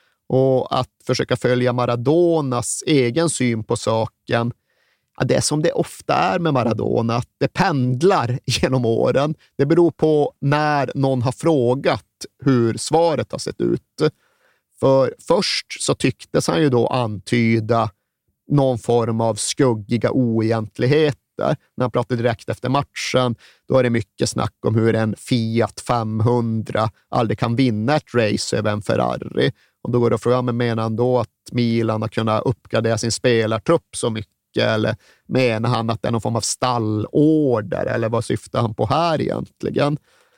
Och att försöka följa Maradonas egen syn på saken, ja, det är som det ofta är med Maradona, att det pendlar genom åren. Det beror på när någon har frågat hur svaret har sett ut. För först så tycktes han ju då antyda någon form av skuggiga oegentligheter. När han pratade direkt efter matchen, då är det mycket snack om hur en Fiat femhundra aldrig kan vinna ett race över en Ferrari. Och då går det att fråga, men menar han då att Milan har kunnat uppgradera sin spelartrupp så mycket? Eller menar han att det är någon form av stallorder? Eller vad syftar han på här egentligen?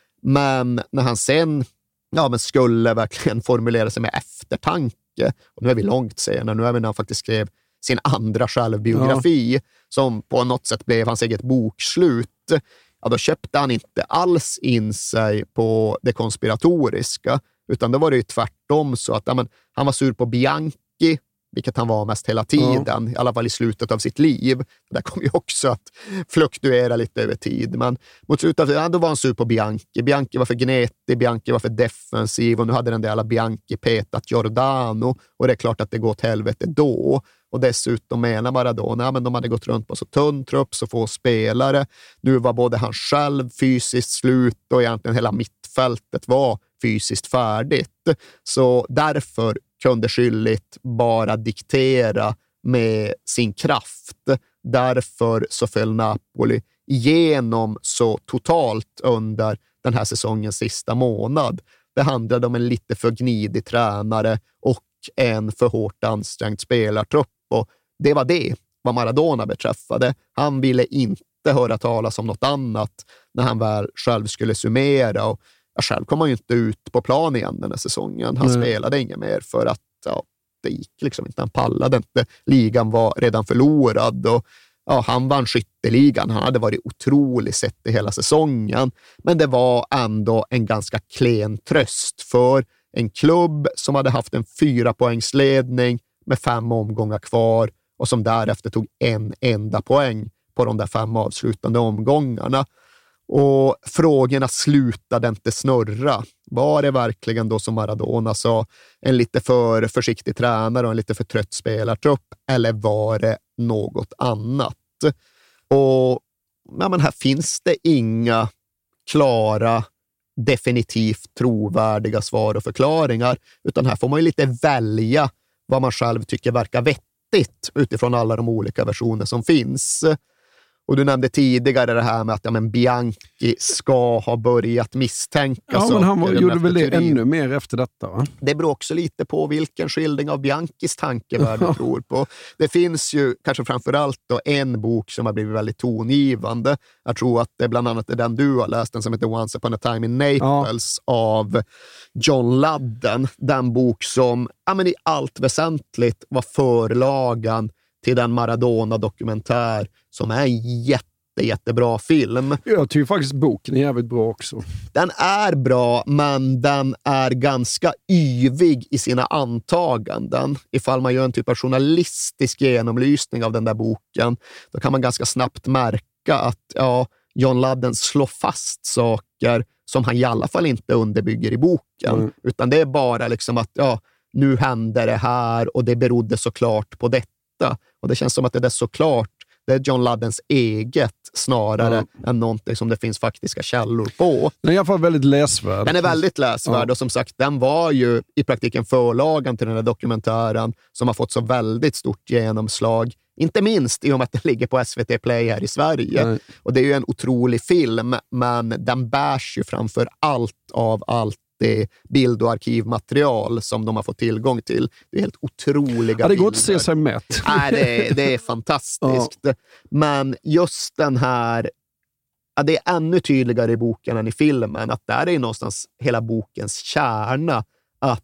Men när han sen ja, men skulle verkligen formulera sig med eftertanke, och nu är vi långt senare, nu är vi när han faktiskt skrev sin andra självbiografi, ja. som på något sätt blev hans eget bokslut, ja, då köpte han inte alls in sig på det konspiratoriska, utan då var det ju tvärtom så att ja, men, han var sur på Bianchi, vilket han var mest hela tiden, ja. i alla fall i slutet av sitt liv. Det kommer ju också att fluktuera lite över tid. Men mot slutet av ja, då var han sur på Bianchi. Bianchi var för gnetig, Bianchi var för defensiv och nu hade den där alla Bianchi petat Giordano och det är klart att det går åt helvete då. Och dessutom menar Maradona, ja, men de hade gått runt på så tunn trupp, så få spelare. Nu var både han själv fysiskt slut och egentligen hela mittfältet var fysiskt färdigt. Så därför kunde Schüllit bara diktera med sin kraft. Därför så föll Napoli igenom så totalt under den här säsongens sista månad. Det handlade om en lite för gnidig tränare och en för hårt ansträngd spelartrupp. Och det var det, vad Maradona beträffade. Han ville inte höra talas om något annat när han väl själv skulle summera. Och jag själv kom han ju inte ut på plan igen den här säsongen. Han mm. spelade inget mer för att ja, det gick liksom inte. Han pallade inte. Ligan var redan förlorad och ja, han vann skytteligan. Han hade varit otroligt sett i hela säsongen. Men det var ändå en ganska klen tröst för en klubb som hade haft en fyra poängsledning med fem omgångar kvar och som därefter tog en enda poäng på de där fem avslutande omgångarna. Och frågorna slutade inte snurra. Var det verkligen då som Maradona sa en lite för försiktig tränare och en lite för trött spelartrupp, eller var det något annat? Och ja, men här finns det inga klara, definitivt trovärdiga svar och förklaringar, utan här får man ju lite välja vad man själv tycker verkar vettigt utifrån alla de olika versioner som finns. Och du nämnde tidigare det här med att ja, men Bianchi ska ha börjat misstänka. Ja, men han var, gjorde väl det ännu mer efter detta, va? Det beror också lite på vilken skildring av Bianchis tankevärld du tror på. Det finns ju kanske framförallt då en bok som har blivit väldigt tongivande. Jag tror att det bland annat är den du har läst, den som heter Once upon a time in Naples, ja. av John Ludden. Den bok som ja, men i allt väsentligt var förlagan till den Maradona-dokumentär som är en jätte, jättebra film. Jag tycker faktiskt boken är jävligt bra också. Den är bra, men den är ganska yvig i sina antaganden. Ifall man gör en typ av journalistisk genomlysning av den där boken, då kan man ganska snabbt märka att ja, John Ludden slår fast saker som han i alla fall inte underbygger i boken. Mm. Utan det är bara liksom att ja, nu händer det här och det berodde såklart på detta. Och det känns som att det är såklart det är John Luddens eget snarare ja. än någonting som det finns faktiska källor på. Den är i alla fall väldigt läsvärd. Den är väldigt läsvärd ja. och som sagt, den var ju i praktiken förlagan till den här dokumentären som har fått så väldigt stort genomslag. Inte minst i och med att den ligger på S V T Play här i Sverige. Nej. Och det är ju en otrolig film, men den bärs ju framför allt av allt det bild- och arkivmaterial som de har fått tillgång till. Det är helt otroliga ja, det går bilder. att se sig mätt. Nej, det, är, det är fantastiskt. Ja. Men just den här ja, det är ännu tydligare i boken än i filmen, att där är någonstans hela bokens kärna, att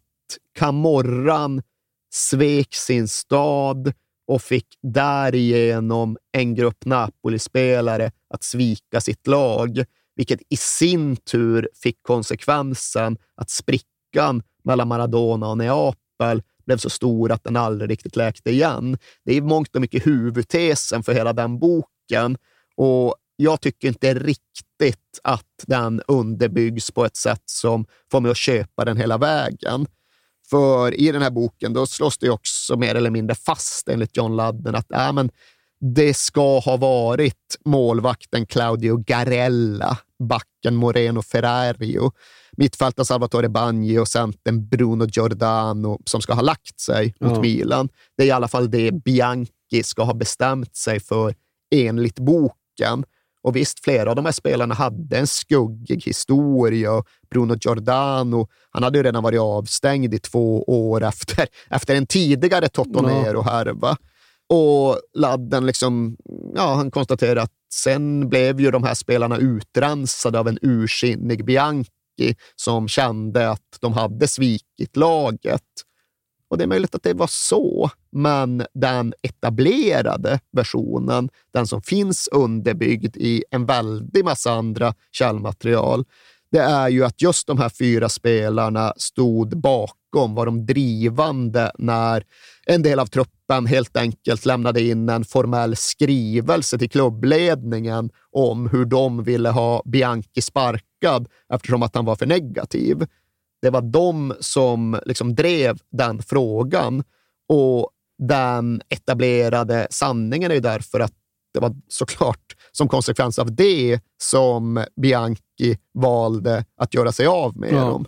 Camorran svek sin stad och fick därigenom en grupp Napoli-spelare att svika sitt lag, vilket i sin tur fick konsekvensen att sprickan mellan Maradona och Neapel blev så stor att den aldrig riktigt läkte igen. Det är mångt och mycket huvudtesen för hela den boken, och jag tycker inte riktigt att den underbyggs på ett sätt som får mig att köpa den hela vägen. För i den här boken då slås det också mer eller mindre fast enligt John Ludden att äh, men det ska ha varit målvakten Claudio Garella, backen Moreno Ferrario, mittfältaren Salvatore Bagni och centern Bruno Giordano som ska ha lagt sig mot ja. Milan. Det är i alla fall det Bianchi ska ha bestämt sig för enligt boken. Och visst, flera av de här spelarna hade en skuggig historia. Bruno Giordano, han hade ju redan varit avstängd i två år efter, efter en tidigare Totonero-härva. Och Ladden liksom, ja, han konstaterar att sen blev ju de här spelarna utrensade av en ursinnig Bianchi som kände att de hade svikit laget. Och det är möjligt att det var så, men den etablerade versionen, den som finns underbyggd i en väldig massa andra källmaterial, det är ju att just de här fyra spelarna stod bakom, var de drivande när en del av truppen helt enkelt lämnade in en formell skrivelse till klubbledningen om hur de ville ha Bianchi sparkad eftersom att han var för negativ. Det var de som liksom drev den frågan, och den etablerade sanningen är ju därför att det var såklart som konsekvens av det som Bianchi valde att göra sig av med ja. dem.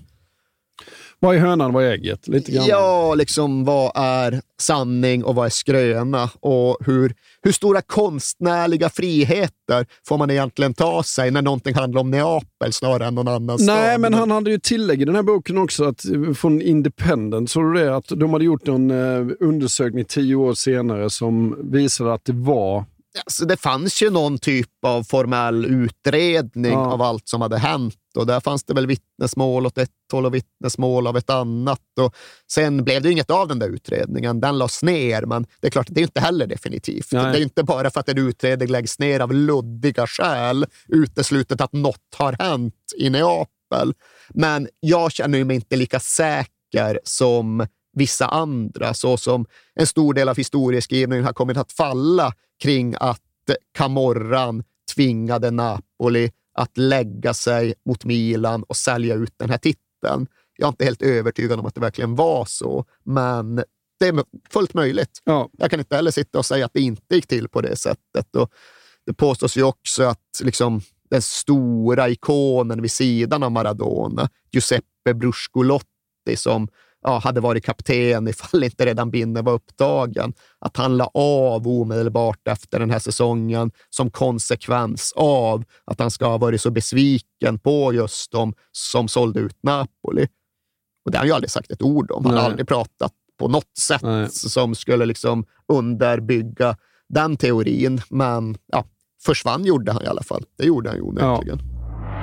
Vad är hönan, vad är ägget? Lite grann. Ja, liksom vad är sanning och vad är skröna, och hur, hur stora konstnärliga friheter får man egentligen ta sig när någonting handlar om Neapel snarare än någon annan stad. Nej, men han hade ju tillägg i den här boken också att från Independent, så det att de hade gjort en undersökning tio år senare som visade att det var Alltså, det fanns ju någon typ av formell utredning ja. av allt som hade hänt, och där fanns det väl vittnesmål åt ett håll och vittnesmål av ett annat, och sen blev det inget av den där utredningen, den lades ner, men det är klart, det är inte heller definitivt. Nej. Det är inte bara för att en utredning läggs ner av luddiga skäl uteslutet att något har hänt i Neapel, men jag känner mig inte lika säker som vissa andra, så som en stor del av historieskrivningen har kommit att falla kring att Camorran tvingade Napoli att lägga sig mot Milan och sälja ut den här titeln. Jag är inte helt övertygad om att det verkligen var så, men det är fullt möjligt. Ja. Jag kan inte heller sitta och säga att det inte gick till på det sättet, och det påstås ju också att liksom den stora ikonen vid sidan av Maradona, Giuseppe Bruscolotti, som ja, hade varit kapten ifall inte redan binden var upptagen, att han la av omedelbart efter den här säsongen som konsekvens av att han ska ha varit så besviken på just de som sålde ut Napoli. Och det har han ju aldrig sagt ett ord om. Han Nej. har aldrig pratat på något sätt Nej. som skulle liksom underbygga den teorin, men ja, försvann gjorde han i alla fall. Det gjorde han ju onekligen. Ja.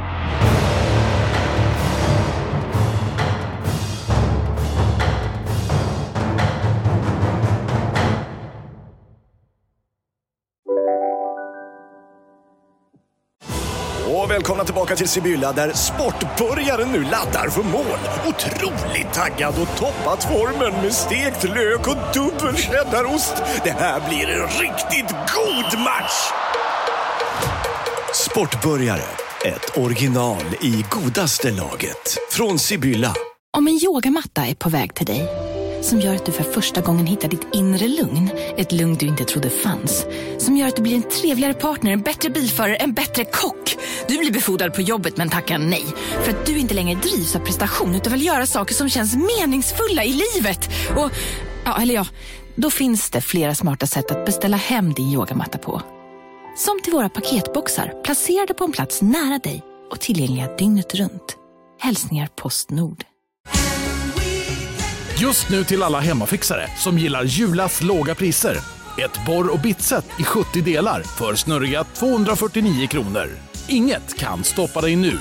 Välkomna tillbaka till Sibylla där sportbörjaren nu laddar för mål. Otroligt taggad och toppat formen med stekt lök och dubbel cheddarost. Det här blir en riktigt god match! Sportbörjare, ett original i godaste laget. Från Sibylla. Om en yogamatta är på väg till dig, som gör att du för första gången hittar ditt inre lugn, ett lugn du inte trodde fanns, som gör att du blir en trevligare partner, en bättre bilförare, en bättre kock. Du blir befordrad på jobbet men tackar nej, för att du inte längre drivs av prestation utan vill göra saker som känns meningsfulla i livet. Och, ja, eller ja, då finns det flera smarta sätt att beställa hem din yogamatta på. Som till våra paketboxar, placerade på en plats nära dig och tillgängliga dygnet runt. Hälsningar Postnord. Just nu till alla hemmafixare som gillar Julas låga priser. Ett borr- och bitset i sjuttio delar för snurriga tvåhundrafyrtionio kronor. Inget kan stoppa dig nu.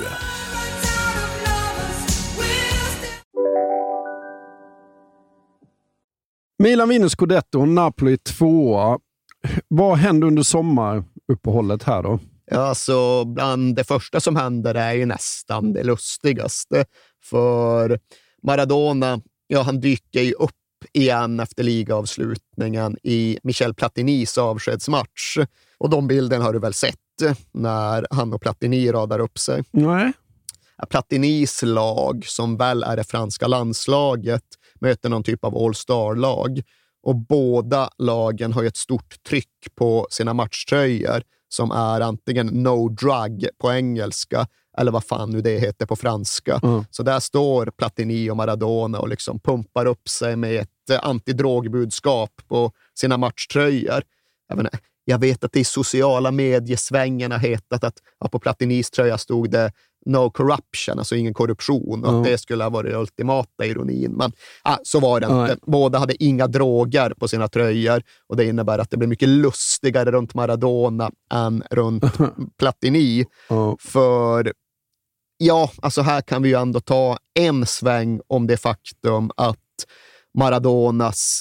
Milan vinner Scudetto och Napoli tvåa. Vad hände under sommaruppehållet här då? Ja, så bland det första som händer är ju nästan det lustigaste. För Maradona, ja, han dyker ju upp igen efter ligaavslutningen i Michel Platinis avskedsmatch. Och de bilden har du väl sett när han och Platini radar upp sig? Nej. Platinis lag, som väl är det franska landslaget, möter någon typ av all-star-lag. Och båda lagen har ju ett stort tryck på sina matchtröjor som är antingen no drug på engelska eller vad fan nu det heter på franska. Mm. Så där står Platini och Maradona och liksom pumpar upp sig med ett antidrogbudskap på sina matchtröjor. Jag vet, jag vet att det i sociala mediesvängarna hetat att ja, på Platinis tröja stod det no corruption, alltså ingen korruption, och mm. att det skulle ha varit den ultimata ironin. Men ah, så var det inte. Mm. Båda hade inga droger på sina tröjor och det innebär att det blir mycket lustigare runt Maradona än runt Platini. Mm. För ja, alltså här kan vi ju ändå ta en sväng om det faktum att Maradonas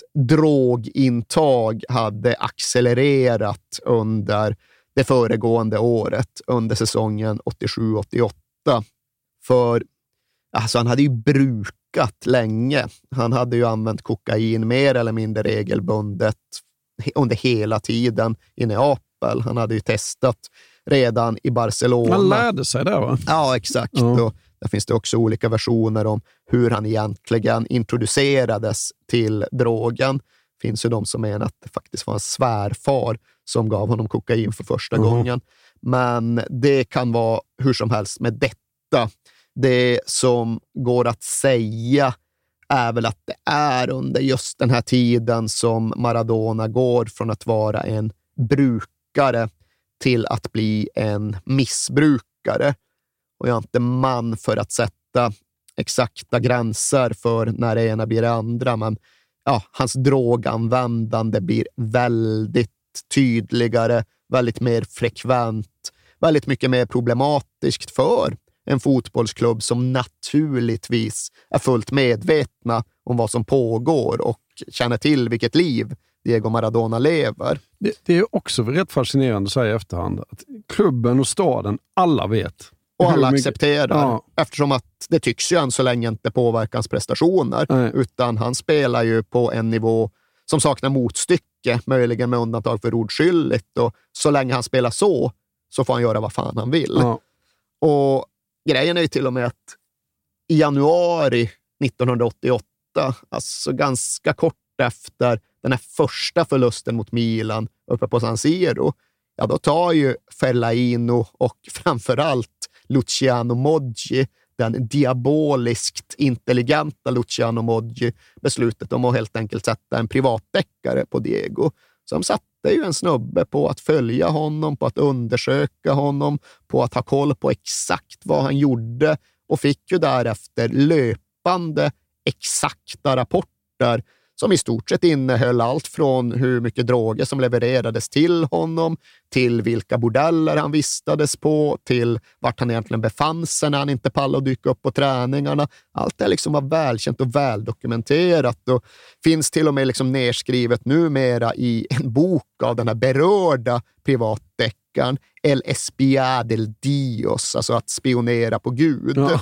drogintag hade accelererat under det föregående året, under säsongen åttiosju åttioåtta. För alltså, han hade ju brukat länge. Han hade ju använt kokain mer eller mindre regelbundet under hela tiden i Neapel. Han hade ju testat redan i Barcelona. Han lärde sig det, va? Ja, exakt. Mm. Och där finns det också olika versioner om hur han egentligen introducerades till drogen. Det finns ju de som menar att det faktiskt var en svärfar som gav honom kokain för första mm. gången. Men det kan vara hur som helst med detta. Det som går att säga är väl att det är under just den här tiden som Maradona går från att vara en brukare till att bli en missbrukare. Och jag är inte man för att sätta exakta gränser för när det ena blir det andra, men ja, hans droganvändande blir väldigt tydligare, väldigt mer frekvent, väldigt mycket mer problematiskt för en fotbollsklubb som naturligtvis är fullt medvetna om vad som pågår och känner till vilket liv Diego Maradona lever. Det, det är också rätt fascinerande att säga i efterhand att klubben och staden, alla vet. Och alla accepterar, ja. Eftersom att det tycks ju än så länge inte påverka hans prestationer. Nej. Utan han spelar ju på en nivå som saknar motstycke, möjligen med undantag för ordskyldigt. Och så länge han spelar så, så får han göra vad fan han vill. Ja. Och grejen är ju till och med att i januari nittonhundraåttioåtta, alltså ganska kort efter den här första förlusten mot Milan uppe på San Siro, ja då tar ju Fellaino och framförallt Luciano Moggi, den diaboliskt intelligenta Luciano Moggi, beslutet om att helt enkelt sätta en privatdeckare på Diego. Som satte ju en snubbe på att följa honom, på att undersöka honom, på att ha koll på exakt vad han gjorde och fick ju därefter löpande exakta rapporter som i stort sett innehöll allt från hur mycket droger som levererades till honom, till vilka bordeller han vistades på, till vart han egentligen befann sig när han inte pallade att dyka upp på träningarna. Allt det liksom var välkänt och väldokumenterat och finns till och med liksom nedskrivet numera i en bok av den här berörda privatdeckaren El Espía del Dios, alltså att spionera på Gud. Ja.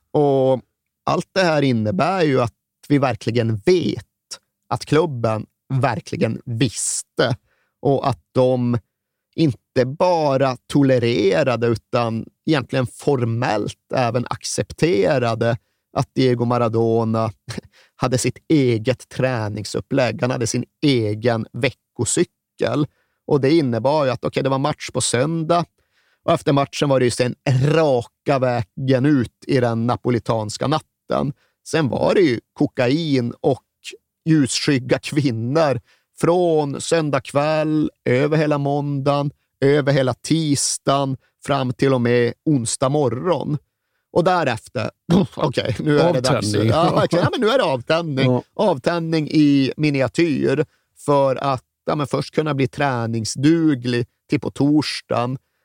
Och allt det här innebär ju att vi verkligen vet att klubben verkligen visste och att de inte bara tolererade utan egentligen formellt även accepterade att Diego Maradona hade sitt eget träningsupplägg. Han hade sin egen veckocykel och det innebar ju att okej, okay, det var match på söndag och efter matchen var det ju sen raka vägen ut i den napolitanska natten. Sen var det ju kokain och ljusskygga kvinnor från söndag kväll, över hela måndagen, över hela tisdagen, fram till och med onsdag morgon. Och därefter, okej, okay, nu är det dags. Ja, okay, men nu är det avtändning. Ja. Avtändning i miniatyr för att ja, men först kunna bli träningsduglig till på torsdagen.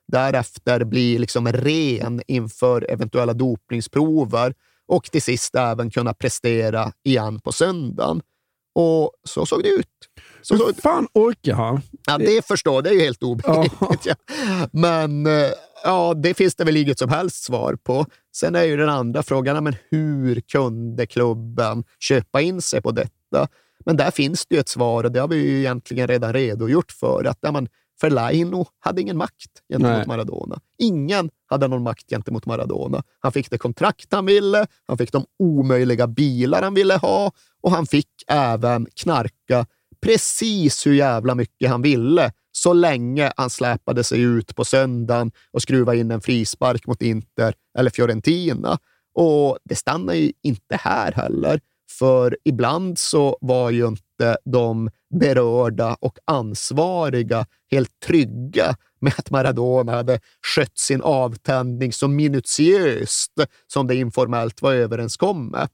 därefter bli liksom ren inför eventuella dopningsprover och till sist även kunna prestera igen på söndagen. Och så såg det ut. Så Hur såg... fan orkar han? Ja, det förstår, det är ju helt obegripligt. Ja. Men ja, det finns det väl inget som helst svar på. Sen är ju den andra frågan, men hur kunde klubben köpa in sig på detta? Men där finns det ju ett svar och det har vi ju egentligen redan redogjort för. Att ja, men Fellaini hade ingen makt gentemot Nej. Maradona. Ingen hade någon makt gentemot Maradona. Han fick det kontrakt han ville, han fick de omöjliga bilar han ville ha och han fick även knarka precis hur jävla mycket han ville så länge han släpade sig ut på söndagen och skruva in en frispark mot Inter eller Fiorentina. Och det stannar ju inte här heller. För ibland så var ju inte de berörda och ansvariga helt trygga med att Maradona hade skött sin avtändning så minutiöst som det informellt var överenskommet.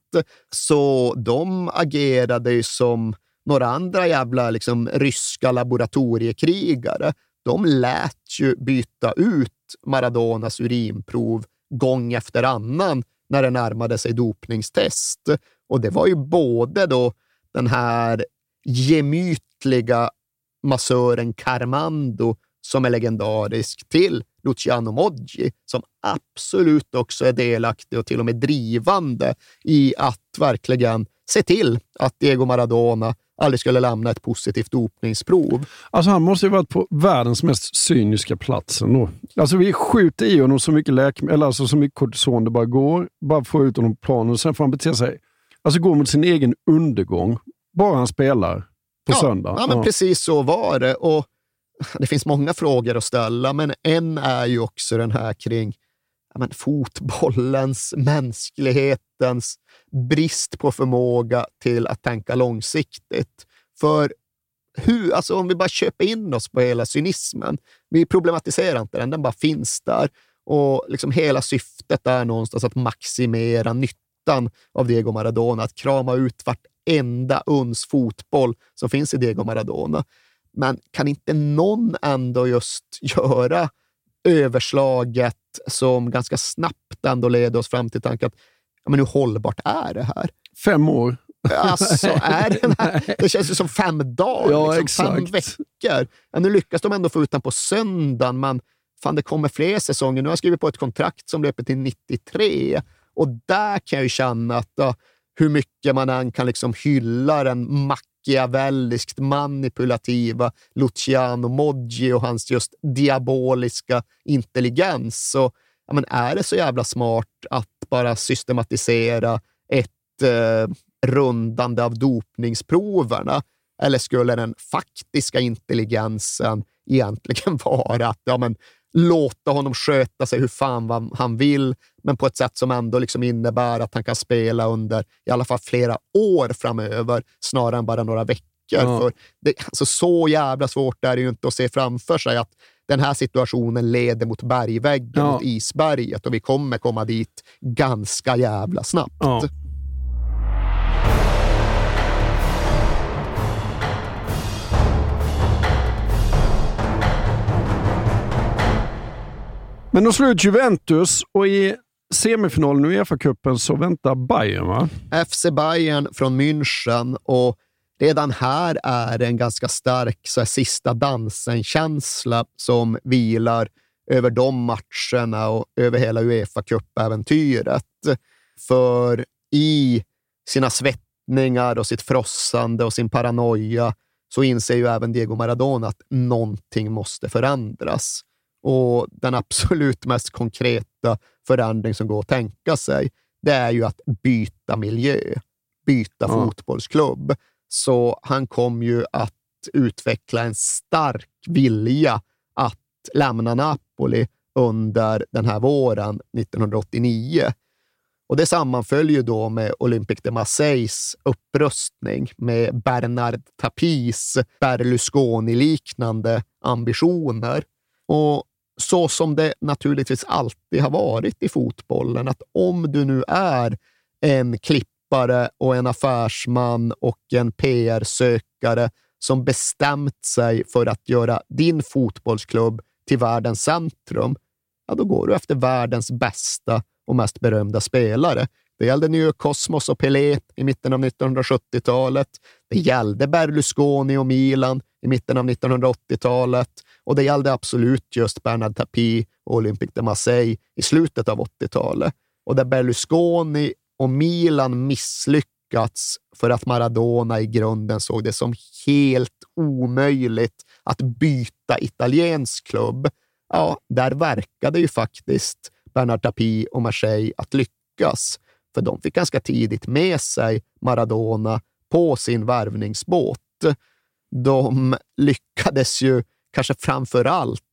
Så de agerade ju som några andra jävla liksom, ryska laboratoriekrigare. De lät ju byta ut Maradonas urinprov gång efter annan när det närmade sig dopningstest. Och det var ju både då den här gemytliga massören Carmando som är legendarisk till Luciano Moggi som absolut också är delaktig och till och med drivande i att verkligen se till att Diego Maradona aldrig skulle lämna ett positivt dopningsprov. Alltså han måste ju varit på världens mest cyniska platsen då. Alltså vi skjuter i honom så mycket läkemedel, eller alltså så mycket kortison det bara går. Bara få ut honom på planen och sen får han bete sig. Alltså gå mot sin egen undergång. Bara han spelar på ja, söndag. Ja, men ja. precis så var det. Och det finns många frågor att ställa, men en är ju också den här kring ja, men fotbollens, mänsklighetens brist på förmåga till att tänka långsiktigt. För hur, alltså om vi bara köper in oss på hela cynismen, vi problematiserar inte den, den bara finns där. Och liksom hela syftet är någonstans att maximera nyttan av Diego Maradona, att krama ut vartenda uns fotboll som finns i Diego Maradona. Men kan inte någon ändå just göra överslaget som ganska snabbt ändå leder oss fram till tanken att ja, men hur hållbart är det här? Fem år. Alltså, är det, här, det känns ju som fem dagar, ja, liksom, exakt. fem veckor. Ja, nu lyckas de ändå få ut den på söndagen, men fan, det kommer fler säsonger. Nu har jag skrivit på ett kontrakt som löper till nittiotre och där kan jag ju känna att ja, hur mycket man än kan liksom hylla den machiavelliskt manipulativa Luciano Moggi och hans just diaboliska intelligens. Så ja, men är det så jävla smart att bara systematisera ett eh, rundande av dopningsproverna? Eller skulle den faktiska intelligensen egentligen vara att ja, men, låta honom sköta sig hur fan han vill, men på ett sätt som ändå liksom innebär att han kan spela under i alla fall flera år framöver snarare än bara några veckor. Ja. För det, alltså, så jävla svårt är det ju inte att se framför sig att den här situationen leder mot bergväggen, ja. mot isberget, och vi kommer komma dit ganska jävla snabbt. Ja. Men då slår ut Juventus och i semifinalen i UEFA-cupen så väntar Bayern, va? F C Bayern från München, och redan här är det en ganska stark så här, sista dansen-känsla som vilar över de matcherna och över hela UEFA-cup-äventyret. För i sina svettningar och sitt frossande och sin paranoia så inser ju även Diego Maradona att någonting måste förändras. Och den absolut mest konkreta förändring som går att tänka sig, det är ju att byta miljö, byta ja. fotbollsklubb. Så han kom ju att utveckla en stark vilja att lämna Napoli under den här våren nittonhundraåttionio. Och det sammanföljer då med Olympique de Marseilles upprustning med Bernard Tapis Berlusconi-liknande ambitioner. Och så som det naturligtvis alltid har varit i fotbollen, att om du nu är en klippare och en affärsman och en P R-sökare som bestämt sig för att göra din fotbollsklubb till världens centrum, ja, då går du efter världens bästa och mest berömda spelare. Det gällde nu Cosmos och Pelé i mitten av nittonhundrasjuttiotalet. Det gällde Berlusconi och Milan i mitten av nittonhundraåttiotalet. Och det gällde absolut just Bernard Tapie och Olympique de Marseille i slutet av åttiotalet. Och där Berlusconi och Milan misslyckats för att Maradona i grunden såg det som helt omöjligt att byta italiensk klubb. Ja, där verkade ju faktiskt Bernard Tapie och Marseille att lyckas. För de fick ganska tidigt med sig Maradona på sin värvningsbåt. De lyckades ju kanske framför allt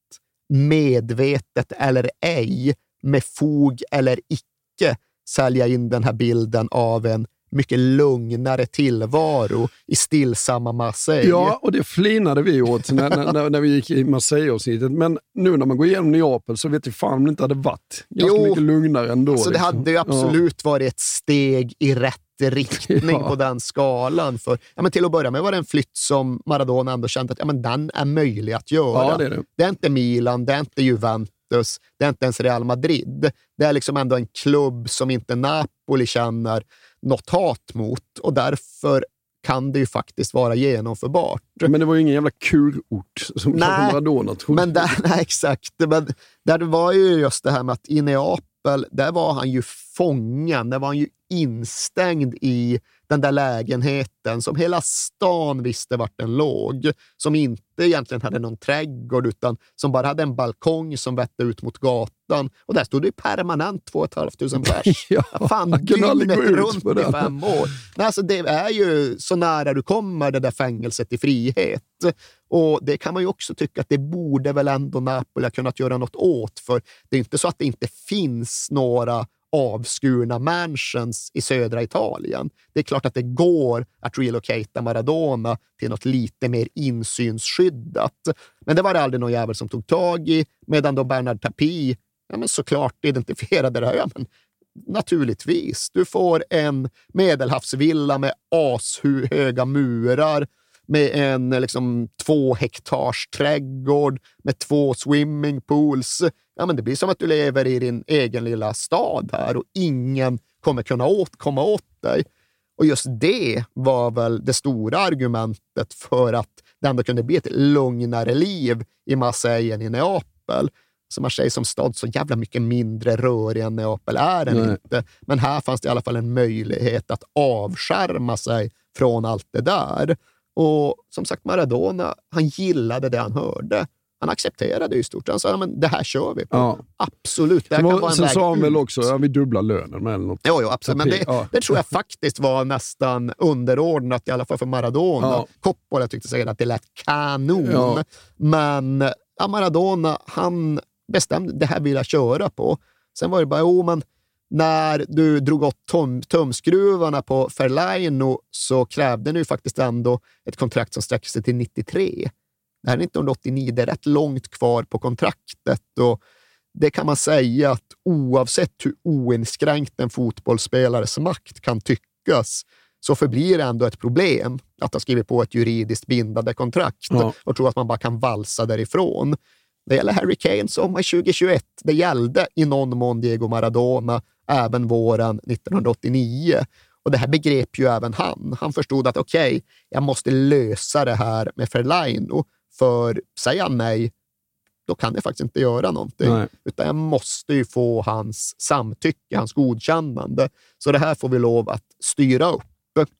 medvetet eller ej, med fog eller icke, sälja in den här bilden av en mycket lugnare tillvaro i stillsamma Marseille. Ja, och det flinade vi åt när, när, när vi gick i Marseille-avsnittet. Men nu när man går igenom Neapel så vet jag fan om det inte hade varit ganska jo, mycket lugnare ändå. Så det liksom. hade ju absolut ja. varit ett steg i rätt riktning ja. på den skalan. För, ja, men till att börja med var det en flytt som Maradona ändå kände att ja, men den är möjlig att göra. Ja, det, är det. det är inte Milan, det är inte Juventus, det är inte ens Real Madrid. Det är liksom ändå en klubb som inte Napoli känner något hat mot, och därför kan det ju faktiskt vara genomförbart. Men det var ju ingen jävla kurort som nej, Maradona trodde. Men där, nej, exakt. Men där var ju just det här med att i Neapel, där var han ju fången, där var han ju instängd i den där lägenheten som hela stan visste vart den låg, som inte egentligen hade någon trädgård utan som bara hade en balkong som vette ut mot gatan, och där stod det permanent två och ett halvt tusen pers. ja, fan, dygnet runt i fem år. Nej, alltså, det är ju så nära du kommer det där fängelset i frihet, och det kan man ju också tycka att det borde väl ändå Napoli ha kunnat göra något åt, för det är inte så att det inte finns några avskurna mansions i södra Italien. Det är klart att det går att relocata Maradona till något lite mer insynsskyddat. Men det var det aldrig någon jävel som tog tag i, medan då Bernard Tapie ja, men såklart identifierade det här. Ja, men naturligtvis. Du får en medelhavsvilla med ashöga murar, med en liksom två hektars trädgård, med två swimmingpools. Ja, men det blir som att du lever i din egen lilla stad här och ingen kommer kunna åt, komma åt dig. Och just det var väl det stora argumentet för att det ändå kunde bli ett lugnare liv i Marseille än i Neapel. Så Marseille som stad så jävla mycket mindre rörig än Neapel är den Nej. inte. Men här fanns det i alla fall en möjlighet att avskärma sig från allt det där. Och som sagt, Maradona, han gillade det han hörde. Han accepterade i stort. Han sa, men det här kör vi på. Ja. Absolut. Det här var, kan vara en sen väg sa han ut. väl också, ja, vi dubblar lönen med eller något. Jo, jo, absolut. Men det, ja. det tror jag faktiskt var nästan underordnat, i alla fall för Maradona. Ja. Coppola tyckte säga att det lät kanon. Ja. Men ja, Maradona, han bestämde, det här vill jag köra på. Sen var det bara, jo, men när du drog åt tum, tumskruvarna på Fellaini så krävde ni ju faktiskt ändå ett kontrakt som sträcker sig till nittiotre. Det här är nittonhundraåttionio, det är rätt långt kvar på kontraktet, och det kan man säga att oavsett hur oinskränkt en fotbollsspelares makt kan tyckas, så förblir det ändå ett problem att ha skrivit på ett juridiskt bindande kontrakt ja. och tro att man bara kan valsa därifrån. Det gäller Harry Kane sommar tjugohundratjugoett. Det gällde i någon mån Diego Maradona även våren nittonhundraåttionio. Och det här begrep ju även han. Han förstod att okej, okay, jag måste lösa det här med Fellaini. För säger han nej, då kan jag faktiskt inte göra någonting. Nej. Utan jag måste ju få hans samtycke, hans godkännande. Så det här får vi lov att styra upp.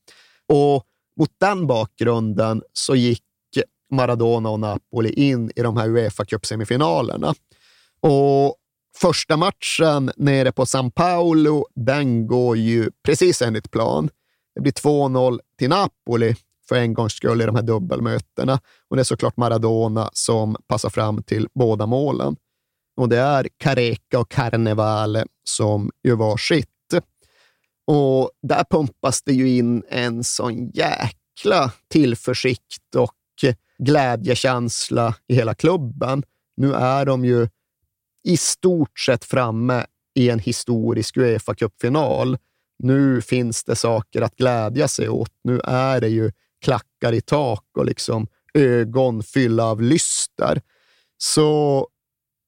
Och mot den bakgrunden så gick Maradona och Napoli in i de här UEFA Cup-semifinalerna. Och första matchen nere på São Paulo, den går ju precis enligt plan. Det blir två noll till Napoli för en gångs skull i de här dubbelmötena. Och det är såklart Maradona som passar fram till båda målen. Och det är Careca och Carnevale som gör varsitt. Och där pumpas det ju in en sån jäkla tillförsikt och glädjekänsla i hela klubben. Nu är de ju i stort sett framme i en historisk UEFA Cup-final. Nu finns det saker att glädja sig åt. Nu är det ju klackar i tak och liksom ögon fylla av lyster. Så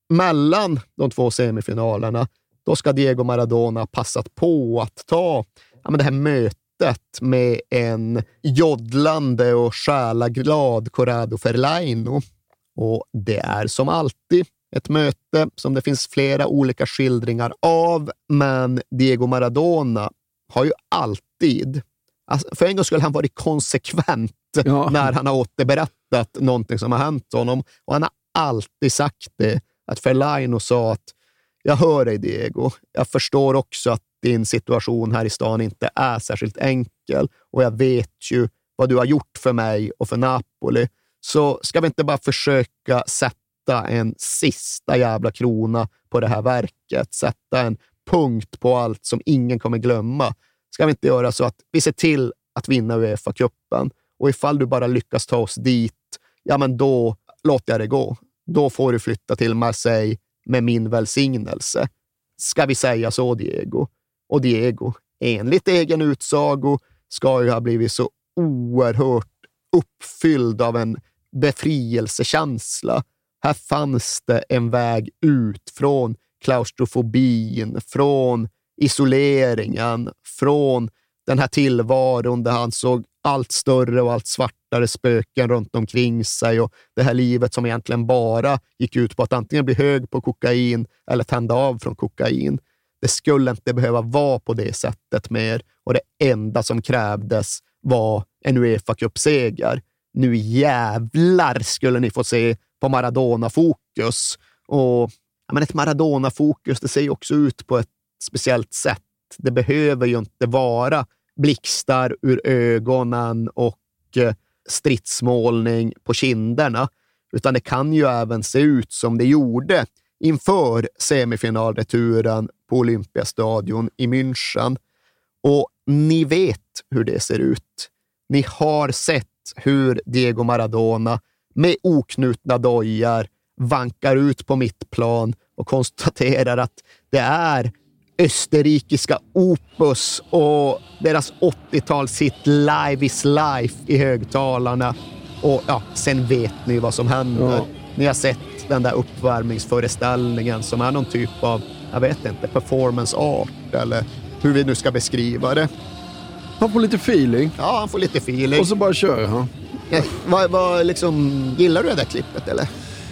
mellan de två semifinalerna, då ska Diego Maradona ha passat på att ta ja, men det här mötet med en joddlande och själaglad Corrado Fellaini. Och det är som alltid ett möte som det finns flera olika skildringar av, men Diego Maradona har ju alltid, alltså för en gång skulle han varit konsekvent ja. när han har återberättat någonting som har hänt honom, och han har alltid sagt det, att Fellaini sa att jag hör dig Diego, jag förstår också att din situation här i stan inte är särskilt enkel, och jag vet ju vad du har gjort för mig och för Napoli, så ska vi inte bara försöka sätta en sista jävla krona på det här verket, sätta en punkt på allt som ingen kommer glömma. Ska vi inte göra så att vi ser till att vinna UEFA-cupen, och ifall du bara lyckas ta oss dit, ja men då låter jag det gå. Då får du flytta till Marseille med min välsignelse. Ska vi säga så, Diego? Och Diego, enligt egen utsago, ska ju ha blivit så oerhört uppfylld av en befrielsekänsla. Här fanns det en väg ut från klaustrofobin, från isoleringen, från den här tillvaron där han såg allt större och allt svartare spöken runt omkring sig, och det här livet som egentligen bara gick ut på att antingen bli hög på kokain eller tända av från kokain. Det skulle inte behöva vara på det sättet mer, och det enda som krävdes var en UEFA-cupseger. Nu jävlar skulle ni få se på Maradona-fokus, och ja, men ett Maradona-fokus, det ser också ut på ett speciellt sätt. Det behöver ju inte vara blixtar ur ögonen och stridsmålning på kinderna, utan det kan ju även se ut som det gjorde inför semifinalreturen på Olympiastadion i München. Och ni vet hur det ser ut. Ni har sett hur Diego Maradona med oknutna dojor vankar ut på mittplan och konstaterar att det är österrikiska Opus och deras åttio-talshit Live is Life i högtalarna. Och ja, sen vet ni vad som händer. Ja. Ni har sett den där uppvärmningsföreställningen som är någon typ av, jag vet inte, performance art eller hur vi nu ska beskriva det. Han får lite feeling. Ja, han får lite feeling. Och så bara kör han. Ja, vad, vad liksom, gillar du det där klippet eller?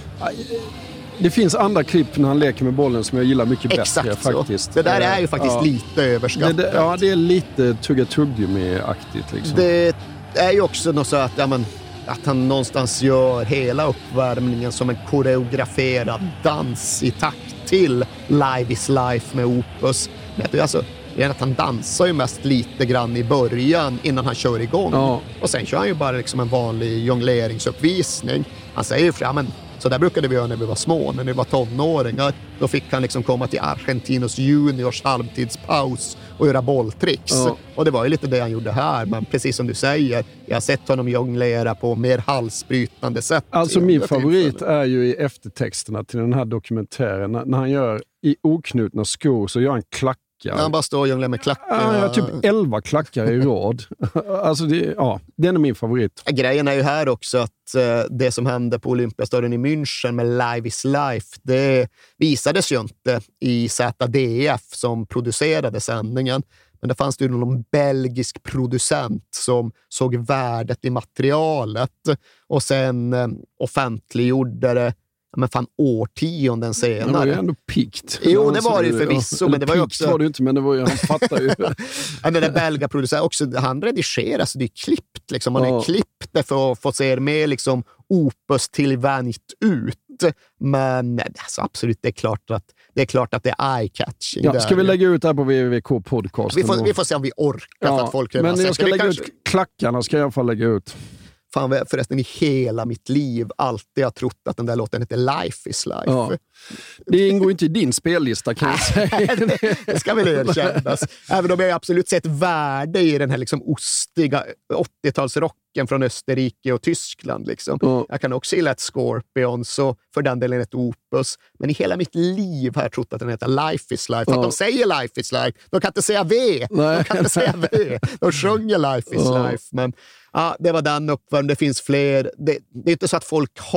Det finns andra klipp när han leker med bollen som jag gillar mycket bättre. Exakt faktiskt. Så. Det där är ju faktiskt ja. lite överskattat. Det, det, ja, det är lite tugga-tuggummi-aktigt. Liksom. Det är ju också något så att, ja, men, att han någonstans gör hela uppvärmningen som en koreograferad dans i takt till Live is Life med Opus. Men, alltså, det är att han dansar ju mest lite grann i början innan han kör igång. Ja. Och sen kör han ju bara liksom en vanlig jongleringsuppvisning. Han säger ju fram, men så där brukade vi göra när vi var små, när vi var tonåringar. Då fick han liksom komma till Argentinos juniors halvtidspaus och göra bolltricks. Ja. Och det var ju lite det han gjorde här, men precis som du säger, jag har sett honom jonglera på mer halsbrytande sätt. Alltså min favorit är ju i eftertexterna till den här dokumentären, när han gör i oknutna skor så gör han klack. När han bara står och jonglar med klackar. Ja, jag har typ elva klackar i rad. Alltså det, ja, den är min favorit. Grejen är ju här också att eh, det som hände på Olympiastadion i München med Live is Life, det visades ju inte i Z D F som producerade sändningen. Men det fanns ju någon belgisk producent som såg värdet i materialet och sen eh, offentliggjorde det men fan årtionden senare. Det var ju ändå pikt. Jo, det var det ju förvisso. Ja, men det var ju också... var det inte, men det var ju, han fattar ju. Den där belga producenten också, han redigerar, så det är klippt. Liksom. Man ja. är klippt det för att få se det mer liksom, opus tillvänjt ut. Men alltså, absolut, det är klart att det är klart att det är eye-catching. Ja, ska vi lägga ut det här på W W K podcast? Vi får, vi får se om vi orkar ja, för att folk men jag ska, ska lägga kanske... ut klackarna, ska jag i alla fall lägga ut. Fan, förresten i hela mitt liv alltid har trott att den där låten heter Life is Life. Ja. Det ingår inte i din spellista, kan jag säga. det, det ska väl erkännas. Även om jag absolut sett värde i den här liksom ostiga åttio-talsrocken från Österrike och Tyskland. Liksom. Ja. Jag kan också gilla ett Scorpion, så för den delen ett Opus. Men i hela mitt liv har jag trott att den heter Life is Life. För ja. att de säger Life is Life. De kan inte säga V. De kan inte säga V. De sjunger Life is ja. Life. Men ja, det var den uppvärmningen. Det finns fler. Det, det är inte så att folk hatar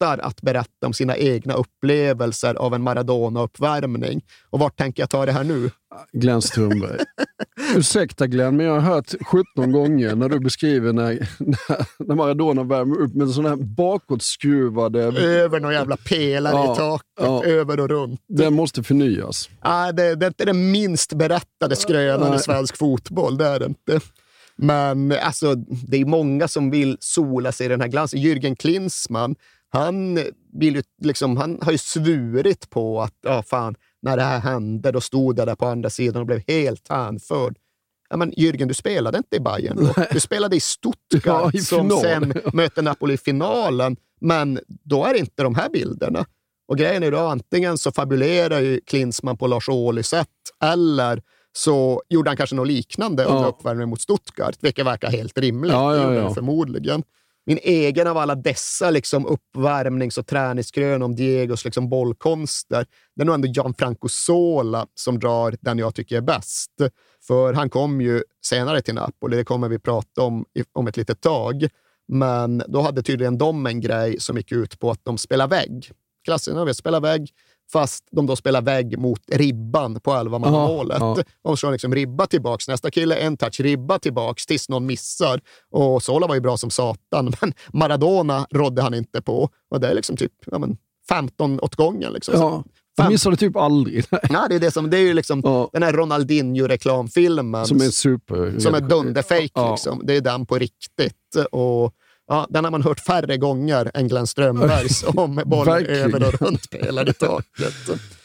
älskar att berätta om sina egna upplevelser av en Maradona-uppvärmning. Och vart tänker jag ta det här nu? Glenn Strömberg. Ursäkta Glenn, men jag har hört sjutton gånger när du beskriver när, när Maradona värmer upp med sådana här bakåtskruvade... Över någon jävla pelare ja, i taket, ja. Över och runt. Den måste förnyas. Ja, det, det är inte den minst berättade skrönan i svensk fotboll, det är det inte. Men alltså, det är många som vill sola sig i den här glansen. Jürgen Klinsmann, han, vill ju, liksom, han har ju svurit på att ja, fan, när det här hände, då stod jag där på andra sidan och blev helt hänförd. Ja, men Jürgen, du spelade inte i Bayern då. Du spelade i Stuttgart ja, i som sen möter Napoli i finalen. Men då är det inte de här bilderna. Och grejen är då, antingen så fabulerar ju Klinsmann på Lars Ohly sätt, eller så gjorde han kanske något liknande under ja. uppvärmningen mot Stuttgart, vilket verkar helt rimligt. Ja, ja, ja. Förmodligen. Min egen av alla dessa liksom uppvärmnings- och träningsgrön om Diegos liksom bollkonster, det är nog ändå Gianfranco Zola som drar den jag tycker är bäst. För han kom ju senare till Napoli, det kommer vi prata om om ett litet tag. Men då hade tydligen de en grej som gick ut på att de spelar vägg. Klassen vi spelar vägg, fast de då spelar vägg mot ribban på elva-mannamålet. Ja, ja. De slår liksom ribba tillbaks. Nästa kille, en touch, ribba tillbaks tills någon missar. Och Sola var ju bra som satan, men Maradona rådde han inte på. Och det är liksom typ ja, men femton åt gången. Liksom. Ja, han missade typ aldrig. Ja, det är, det som, det är ju liksom ja. den här Ronaldinho-reklamfilmen. Som är super. Som är dunderfejk. Ja. Liksom. Det är den på riktigt. Och ja, den har man hört färre gånger än Glenn Strömbergs om bollen över och runt pelade i taket.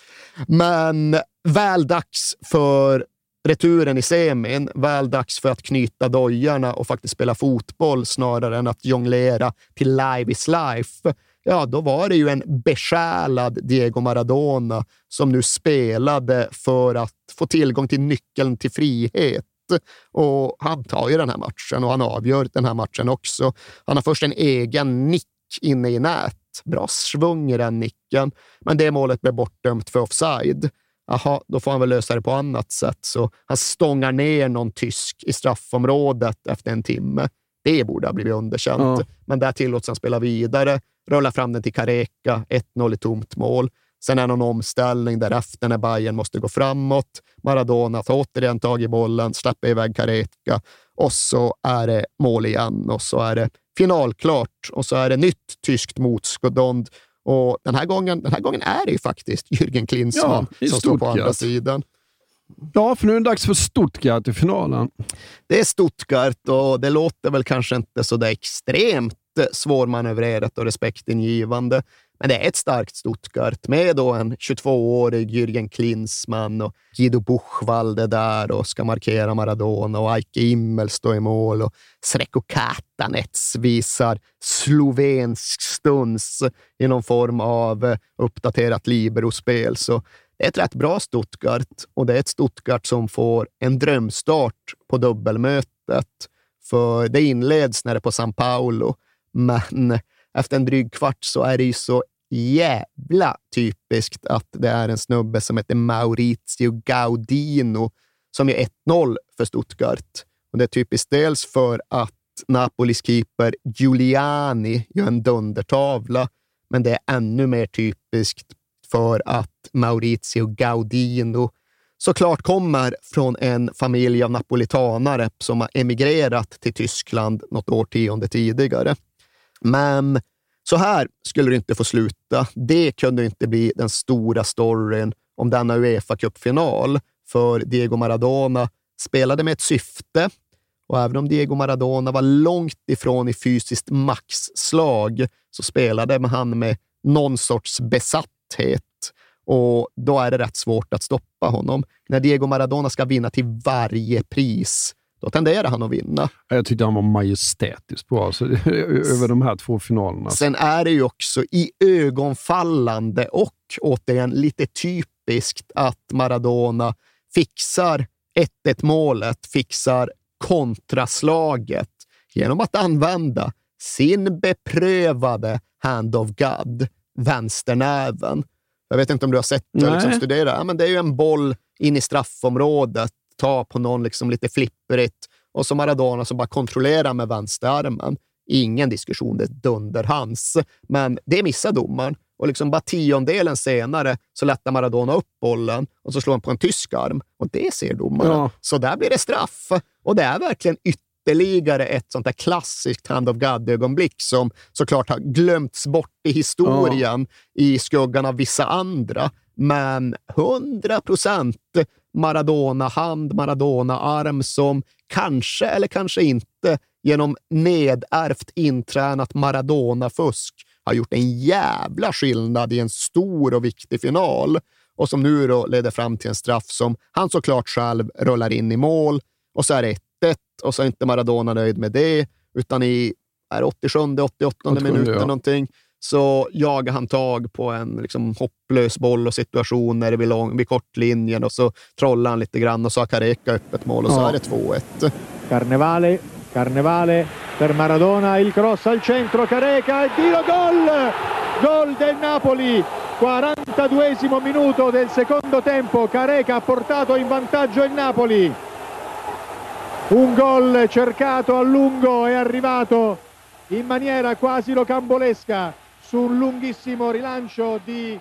Men väl dags för returen i semin, väl dags för att knyta dojorna och faktiskt spela fotboll snarare än att jonglera till live is life. Ja, då var det ju en besjälad Diego Maradona som nu spelade för att få tillgång till nyckeln till frihet. Och han tar ju den här matchen och han avgör den här matchen också. Han har först en egen nick inne i nät. Bra svung i den nicken. Men det målet blev bortdömt för offside. Aha, då får han väl lösa det på annat sätt. Så han stångar ner någon tysk i straffområdet efter en timme. Det borde ha blivit underkänt. Ja. Men där tillåts han spela vidare. Rulla fram den till Careca. ett noll i tomt mål. Sen är någon omställning därefter när Bayern måste gå framåt. Maradona tar återigen tag i bollen, släpper iväg Careca och så är det mål igen och så är det finalklart och så är det nytt tyskt motstånd och den här gången, den här gången är det ju faktiskt Jürgen Klinsmann ja, som står på andra sidan. Ja, för nu är det dags för Stuttgart i finalen. Det är Stuttgart och det låter väl kanske inte så där extremt svårmanövrerat och respektingivande. Men det är ett starkt Stuttgart med då en tjugotvåårig Jürgen Klinsmann och Guido Buchwalde där och ska markera Maradona och Eike Immel står i mål och Sreko Katanets visar slovensk stuns i någon form av uppdaterat libero-spel. Så det är ett rätt bra Stuttgart och det är ett Stuttgart som får en drömstart på dubbelmötet. För det inleds när det är på São Paulo, men efter en dryg kvart så är det ju så jävla typiskt att det är en snubbe som heter Maurizio Gaudino som är ett noll för Stuttgart. Och det är typiskt dels för att Napolis keeper Giuliani gör en dundertavla, men det är ännu mer typiskt för att Maurizio Gaudino såklart kommer från en familj av napolitanare som har emigrerat till Tyskland något årtionde tidigare. Men så här skulle det inte få sluta. Det kunde inte bli den stora storyn om denna UEFA-cupfinal. För Diego Maradona spelade med ett syfte. Och även om Diego Maradona var långt ifrån i fysiskt maxslag så spelade han med någon sorts besatthet. Och då är det rätt svårt att stoppa honom. När Diego Maradona ska vinna till varje pris, då tenderar han att vinna. Jag tyckte han var majestätiskt bra alltså, över de här två finalerna. Sen är det ju också i ögonfallande och återigen lite typiskt att Maradona fixar ett ett målet, fixar kontraslaget genom att använda sin beprövade hand of God, vänsternäven. Jag vet inte om du har sett det liksom studera. Ja, men det är ju en boll in i straffområdet, ta på någon liksom lite flipperigt och så Maradona som bara kontrollerar med vänsterarmen. ingen diskussion, det är dunder hans. Men det missar domaren. Och liksom bara tiondelen senare så lättar Maradona upp bollen och så slår han på en tysk arm. Och det ser domaren. Ja. Så där blir det straff. Och det är verkligen ytterligare ett sånt där klassiskt hand of God-ögonblick som såklart har glömts bort i historien ja. i skuggan av vissa andra. Men hundra procent Maradona-hand, Maradona-arm som kanske eller kanske inte genom nedärvt intränat Maradona-fusk har gjort en jävla skillnad i en stor och viktig final. Och som nu då leder fram till en straff som han såklart själv rullar in i mål. Och så är det ett ett och så är inte Maradona nöjd med det. Utan i är åttiosjunde åttioåttonde minuten ja. någonting så jagar han tag på en liksom hopplös boll och situationer vid, lång, vid kortlinjen och så trollar han lite grann och så har Careca öppet mål och ja. så är det två ett. Carnevale, Carnevale per Maradona, il cross al centro, Careca, il tiro, gol! Gol del Napoli, quarantaduesimo minuto del secondo tempo, Careca ha portato in vantaggio il Napoli. Un gol cercato a lungo è arrivato in maniera quasi rocambolesca sul lunghissimo rilancio di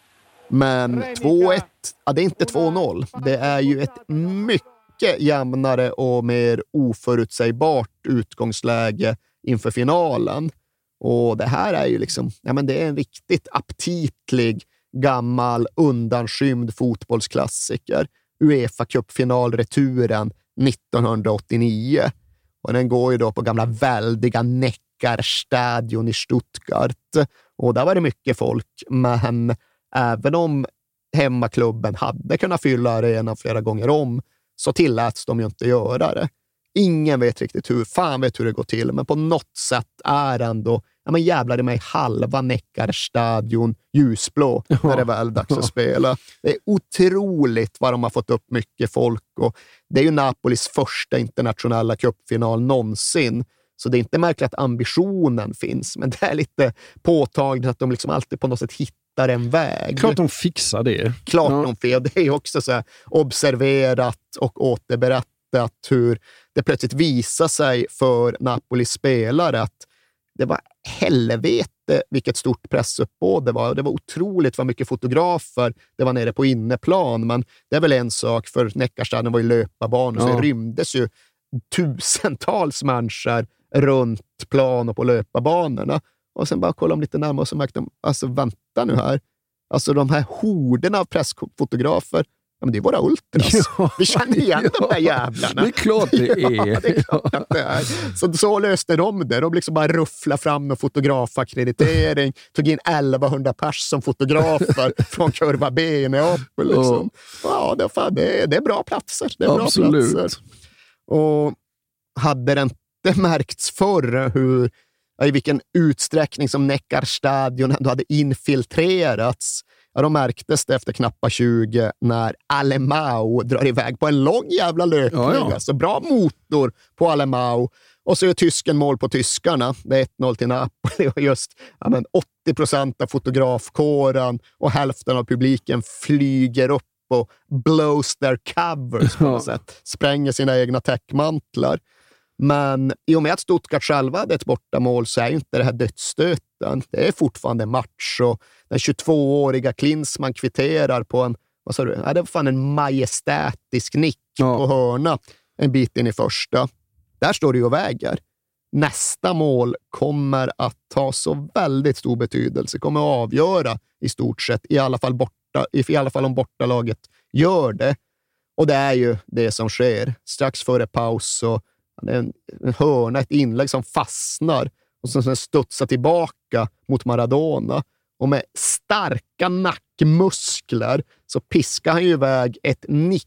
Men två ett, ja, det är inte två noll. Det är ju ett mycket jämnare och mer oförutsägbart utgångsläge inför finalen. Och det här är ju liksom, ja men det är en riktigt aptitlig, gammal, undanskymd fotbollsklassiker. UEFA-cupfinalreturen nittonhundraåttionio. Och den går ju då på gamla väldiga Neckarstadion i Stuttgart. Och där var det mycket folk, men även om hemmaklubben hade kunnat fylla arenan flera gånger om så tilläts de ju inte göra det. Ingen vet riktigt hur, fan vet hur det går till, men på något sätt är ändå, ja men jävlar i mig, halva Neckarstadion ljusblå ja. när det är väl dags att spela. Det är otroligt vad de har fått upp mycket folk och det är ju Napolis första internationella cupfinal någonsin. Så det är inte märkligt att ambitionen finns, men det är lite påtagligt att de liksom alltid på något sätt hittar en väg. Klart de fixar det. Klart ja. de fixar det. Det är också så här observerat och återberättat hur det plötsligt visar sig för Napolis spelare att det var helvete vilket stort pressuppbåd det var. Och det var otroligt vad mycket fotografer det var nere på inneplan. Men det är väl en sak, för Neckarstadion var ju löparbanor, ja. så det rymdes ju tusentals människor runt plan och på löparbanorna. Och sen bara kolla om lite närmare och så märkte de, alltså vänta nu här. Alltså de här horderna av pressfotografer, ja, men det är våra ultras. Ja, vi känner igen ja, de där jävlarna. Det är klart det är. Ja, det är, klart att det är. Så, så löste de det. De liksom bara rufflade fram en fotografakkreditering. Tog in elvahundra pers som fotografer från kurva B i Neapel. Liksom. Ja, det, fan, det, är, det är bra platser. Det är Absolut. bra platser. Och hade det inte märkts förr hur, i vilken utsträckning som Neckarstadion ändå hade infiltrerats. Ja, då märktes det efter knappa tjugo när Alemão drar iväg på en lång jävla löpning. Ja, ja. Alltså bra motor på Alemão. Och så är tysken mål på tyskarna. Det är ett noll till Napoli och just ja, men åttio procent av fotografkåren och hälften av publiken flyger upp och blows their covers på något sätt. Spränger sina egna täckmantlar. Men i och med att Stuttgart själva hade ett bortamål så är ju inte det här dödsstöten. Det är fortfarande match och den tjugotvååriga Klinsmann kvitterar på en, vad sa du? Ja, det var fan en majestätisk nick ja. på hörna en bit in i första. Där står det ju och väger. Nästa mål kommer att ta så väldigt stor betydelse. Kommer att avgöra i stort sett, i alla fall borta, i alla fall om bortalaget gör det. Och det är ju det som sker. Strax före paus så det är en, en hörna, ett inlägg som fastnar och som sen studsar tillbaka mot Maradona. Och med starka nackmuskler så piskar han ju iväg ett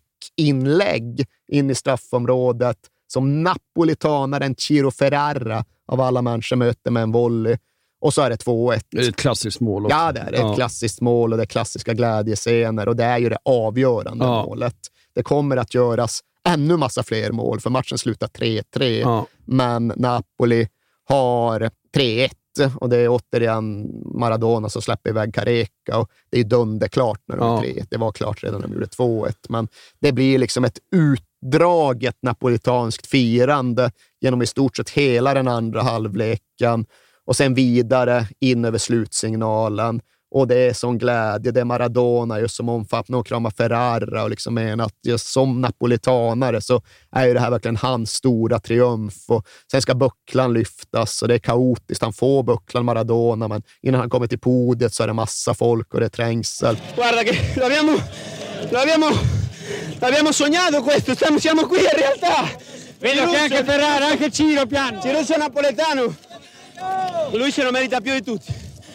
nickinlägg in i straffområdet som napolitanaren Ciro Ferrara av alla människor möter med en volley. Och så är det två ett. Det är ett klassiskt mål också. Ja, det är ett ja. klassiskt mål och det är klassiska glädjescener och det är ju det avgörande ja. målet. Det kommer att göras ännu massa fler mål för matchen slutar tre tre. Ja. Men Napoli har tre ett och det är återigen Maradona som släpper iväg Careca och det är dunderklart när de ja. tre ett. Det var klart redan när de gjorde två ett. Men det blir liksom ett utdraget napolitanskt firande genom i stort sett hela den andra halvleken och sen vidare in över slutsignalen. Och det är sån glädje, det är Maradona just som omfattande och kramar Ferrara och liksom menar att just som napolitanare så är ju det här verkligen hans stora triumf. Och sen ska bucklan lyftas och det är kaotiskt, han får bucklan Maradona, men innan han kommer till podiet så är det massa folk och det är trängsel. Guarda che l'abbiamo l'abbiamo l'abbiamo sognato questo, siamo siamo qui in realtà. Vedo che anche Ferrara, anche Ciro piange. Ciruccio napoletano. Lui se lo merita più di tutti.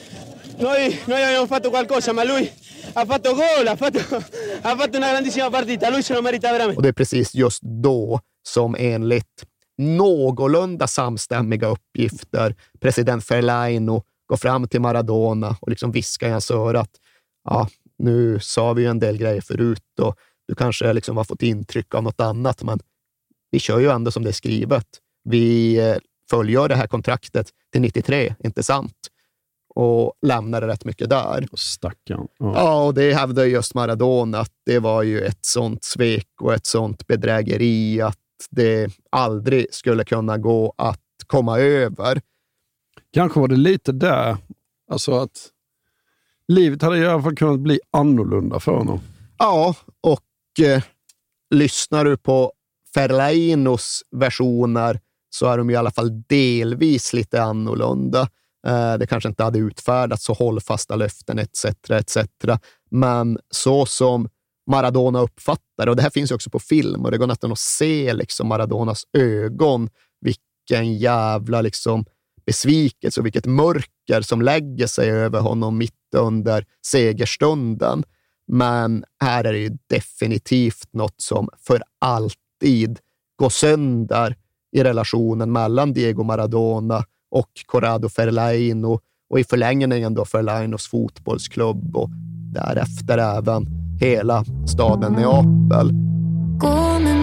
Noi, noi abbiamo fatto qualcosa, ma lui ha fatto gol, ha fatto, ha fatto una grandissima partita. Lui se lo merita veramente. Och det är precis just då som enligt någorlunda samstämmiga uppgifter president Fellaini går fram till Maradona och liksom viskar i hans öra att ja, nu sa vi ju en del grejer förut och du kanske liksom har fått intryck av något annat, men vi kör ju ändå som det är skrivet. Vi följer det här kontraktet till nittiotre, inte sant? Och lämnade rätt mycket där. Stackarn. Ja. ja, och det hävdade just Maradona att det var ju ett sånt svek och ett sånt bedrägeri att det aldrig skulle kunna gå att komma över. Kanske var det lite där, alltså att livet hade i alla fall kunnat bli annorlunda för honom. Ja, och eh, lyssnar du på Ferlainos versioner så är de i alla fall delvis lite annorlunda. Det kanske inte hade utfärdats så hållfasta löften et cetera et cetera. Men så som Maradona uppfattar, och det här finns ju också på film och det går nästan att se liksom Maradonas ögon, vilken jävla liksom besvikelse och vilket mörker som lägger sig över honom mitt under segerstunden. Men här är det ju definitivt något som för alltid går sönder i relationen mellan Diego Maradona och Corrado Ferlaino och i förlängningen då Ferlainos fotbollsklubb och därefter även hela staden Neapel. Gå med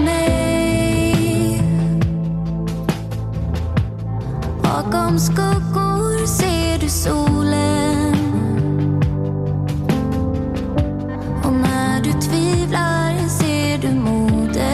mig. Bakom skuggor ser du solen. Och när du tvivlar ser du modet.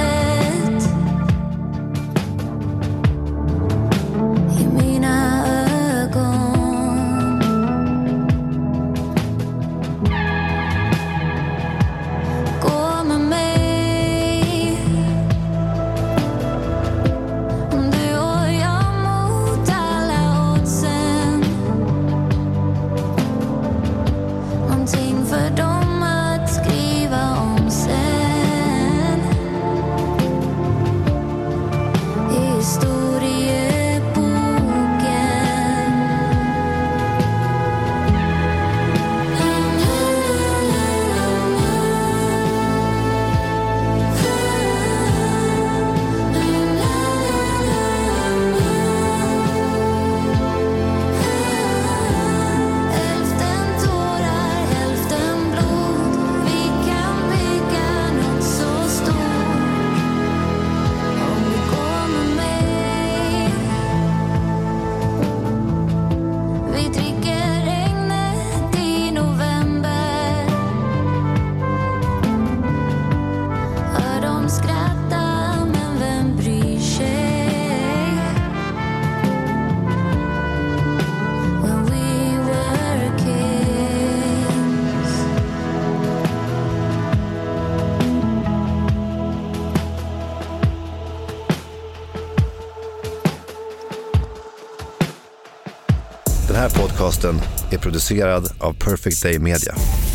Den här podcasten är producerad av Perfect Day Media.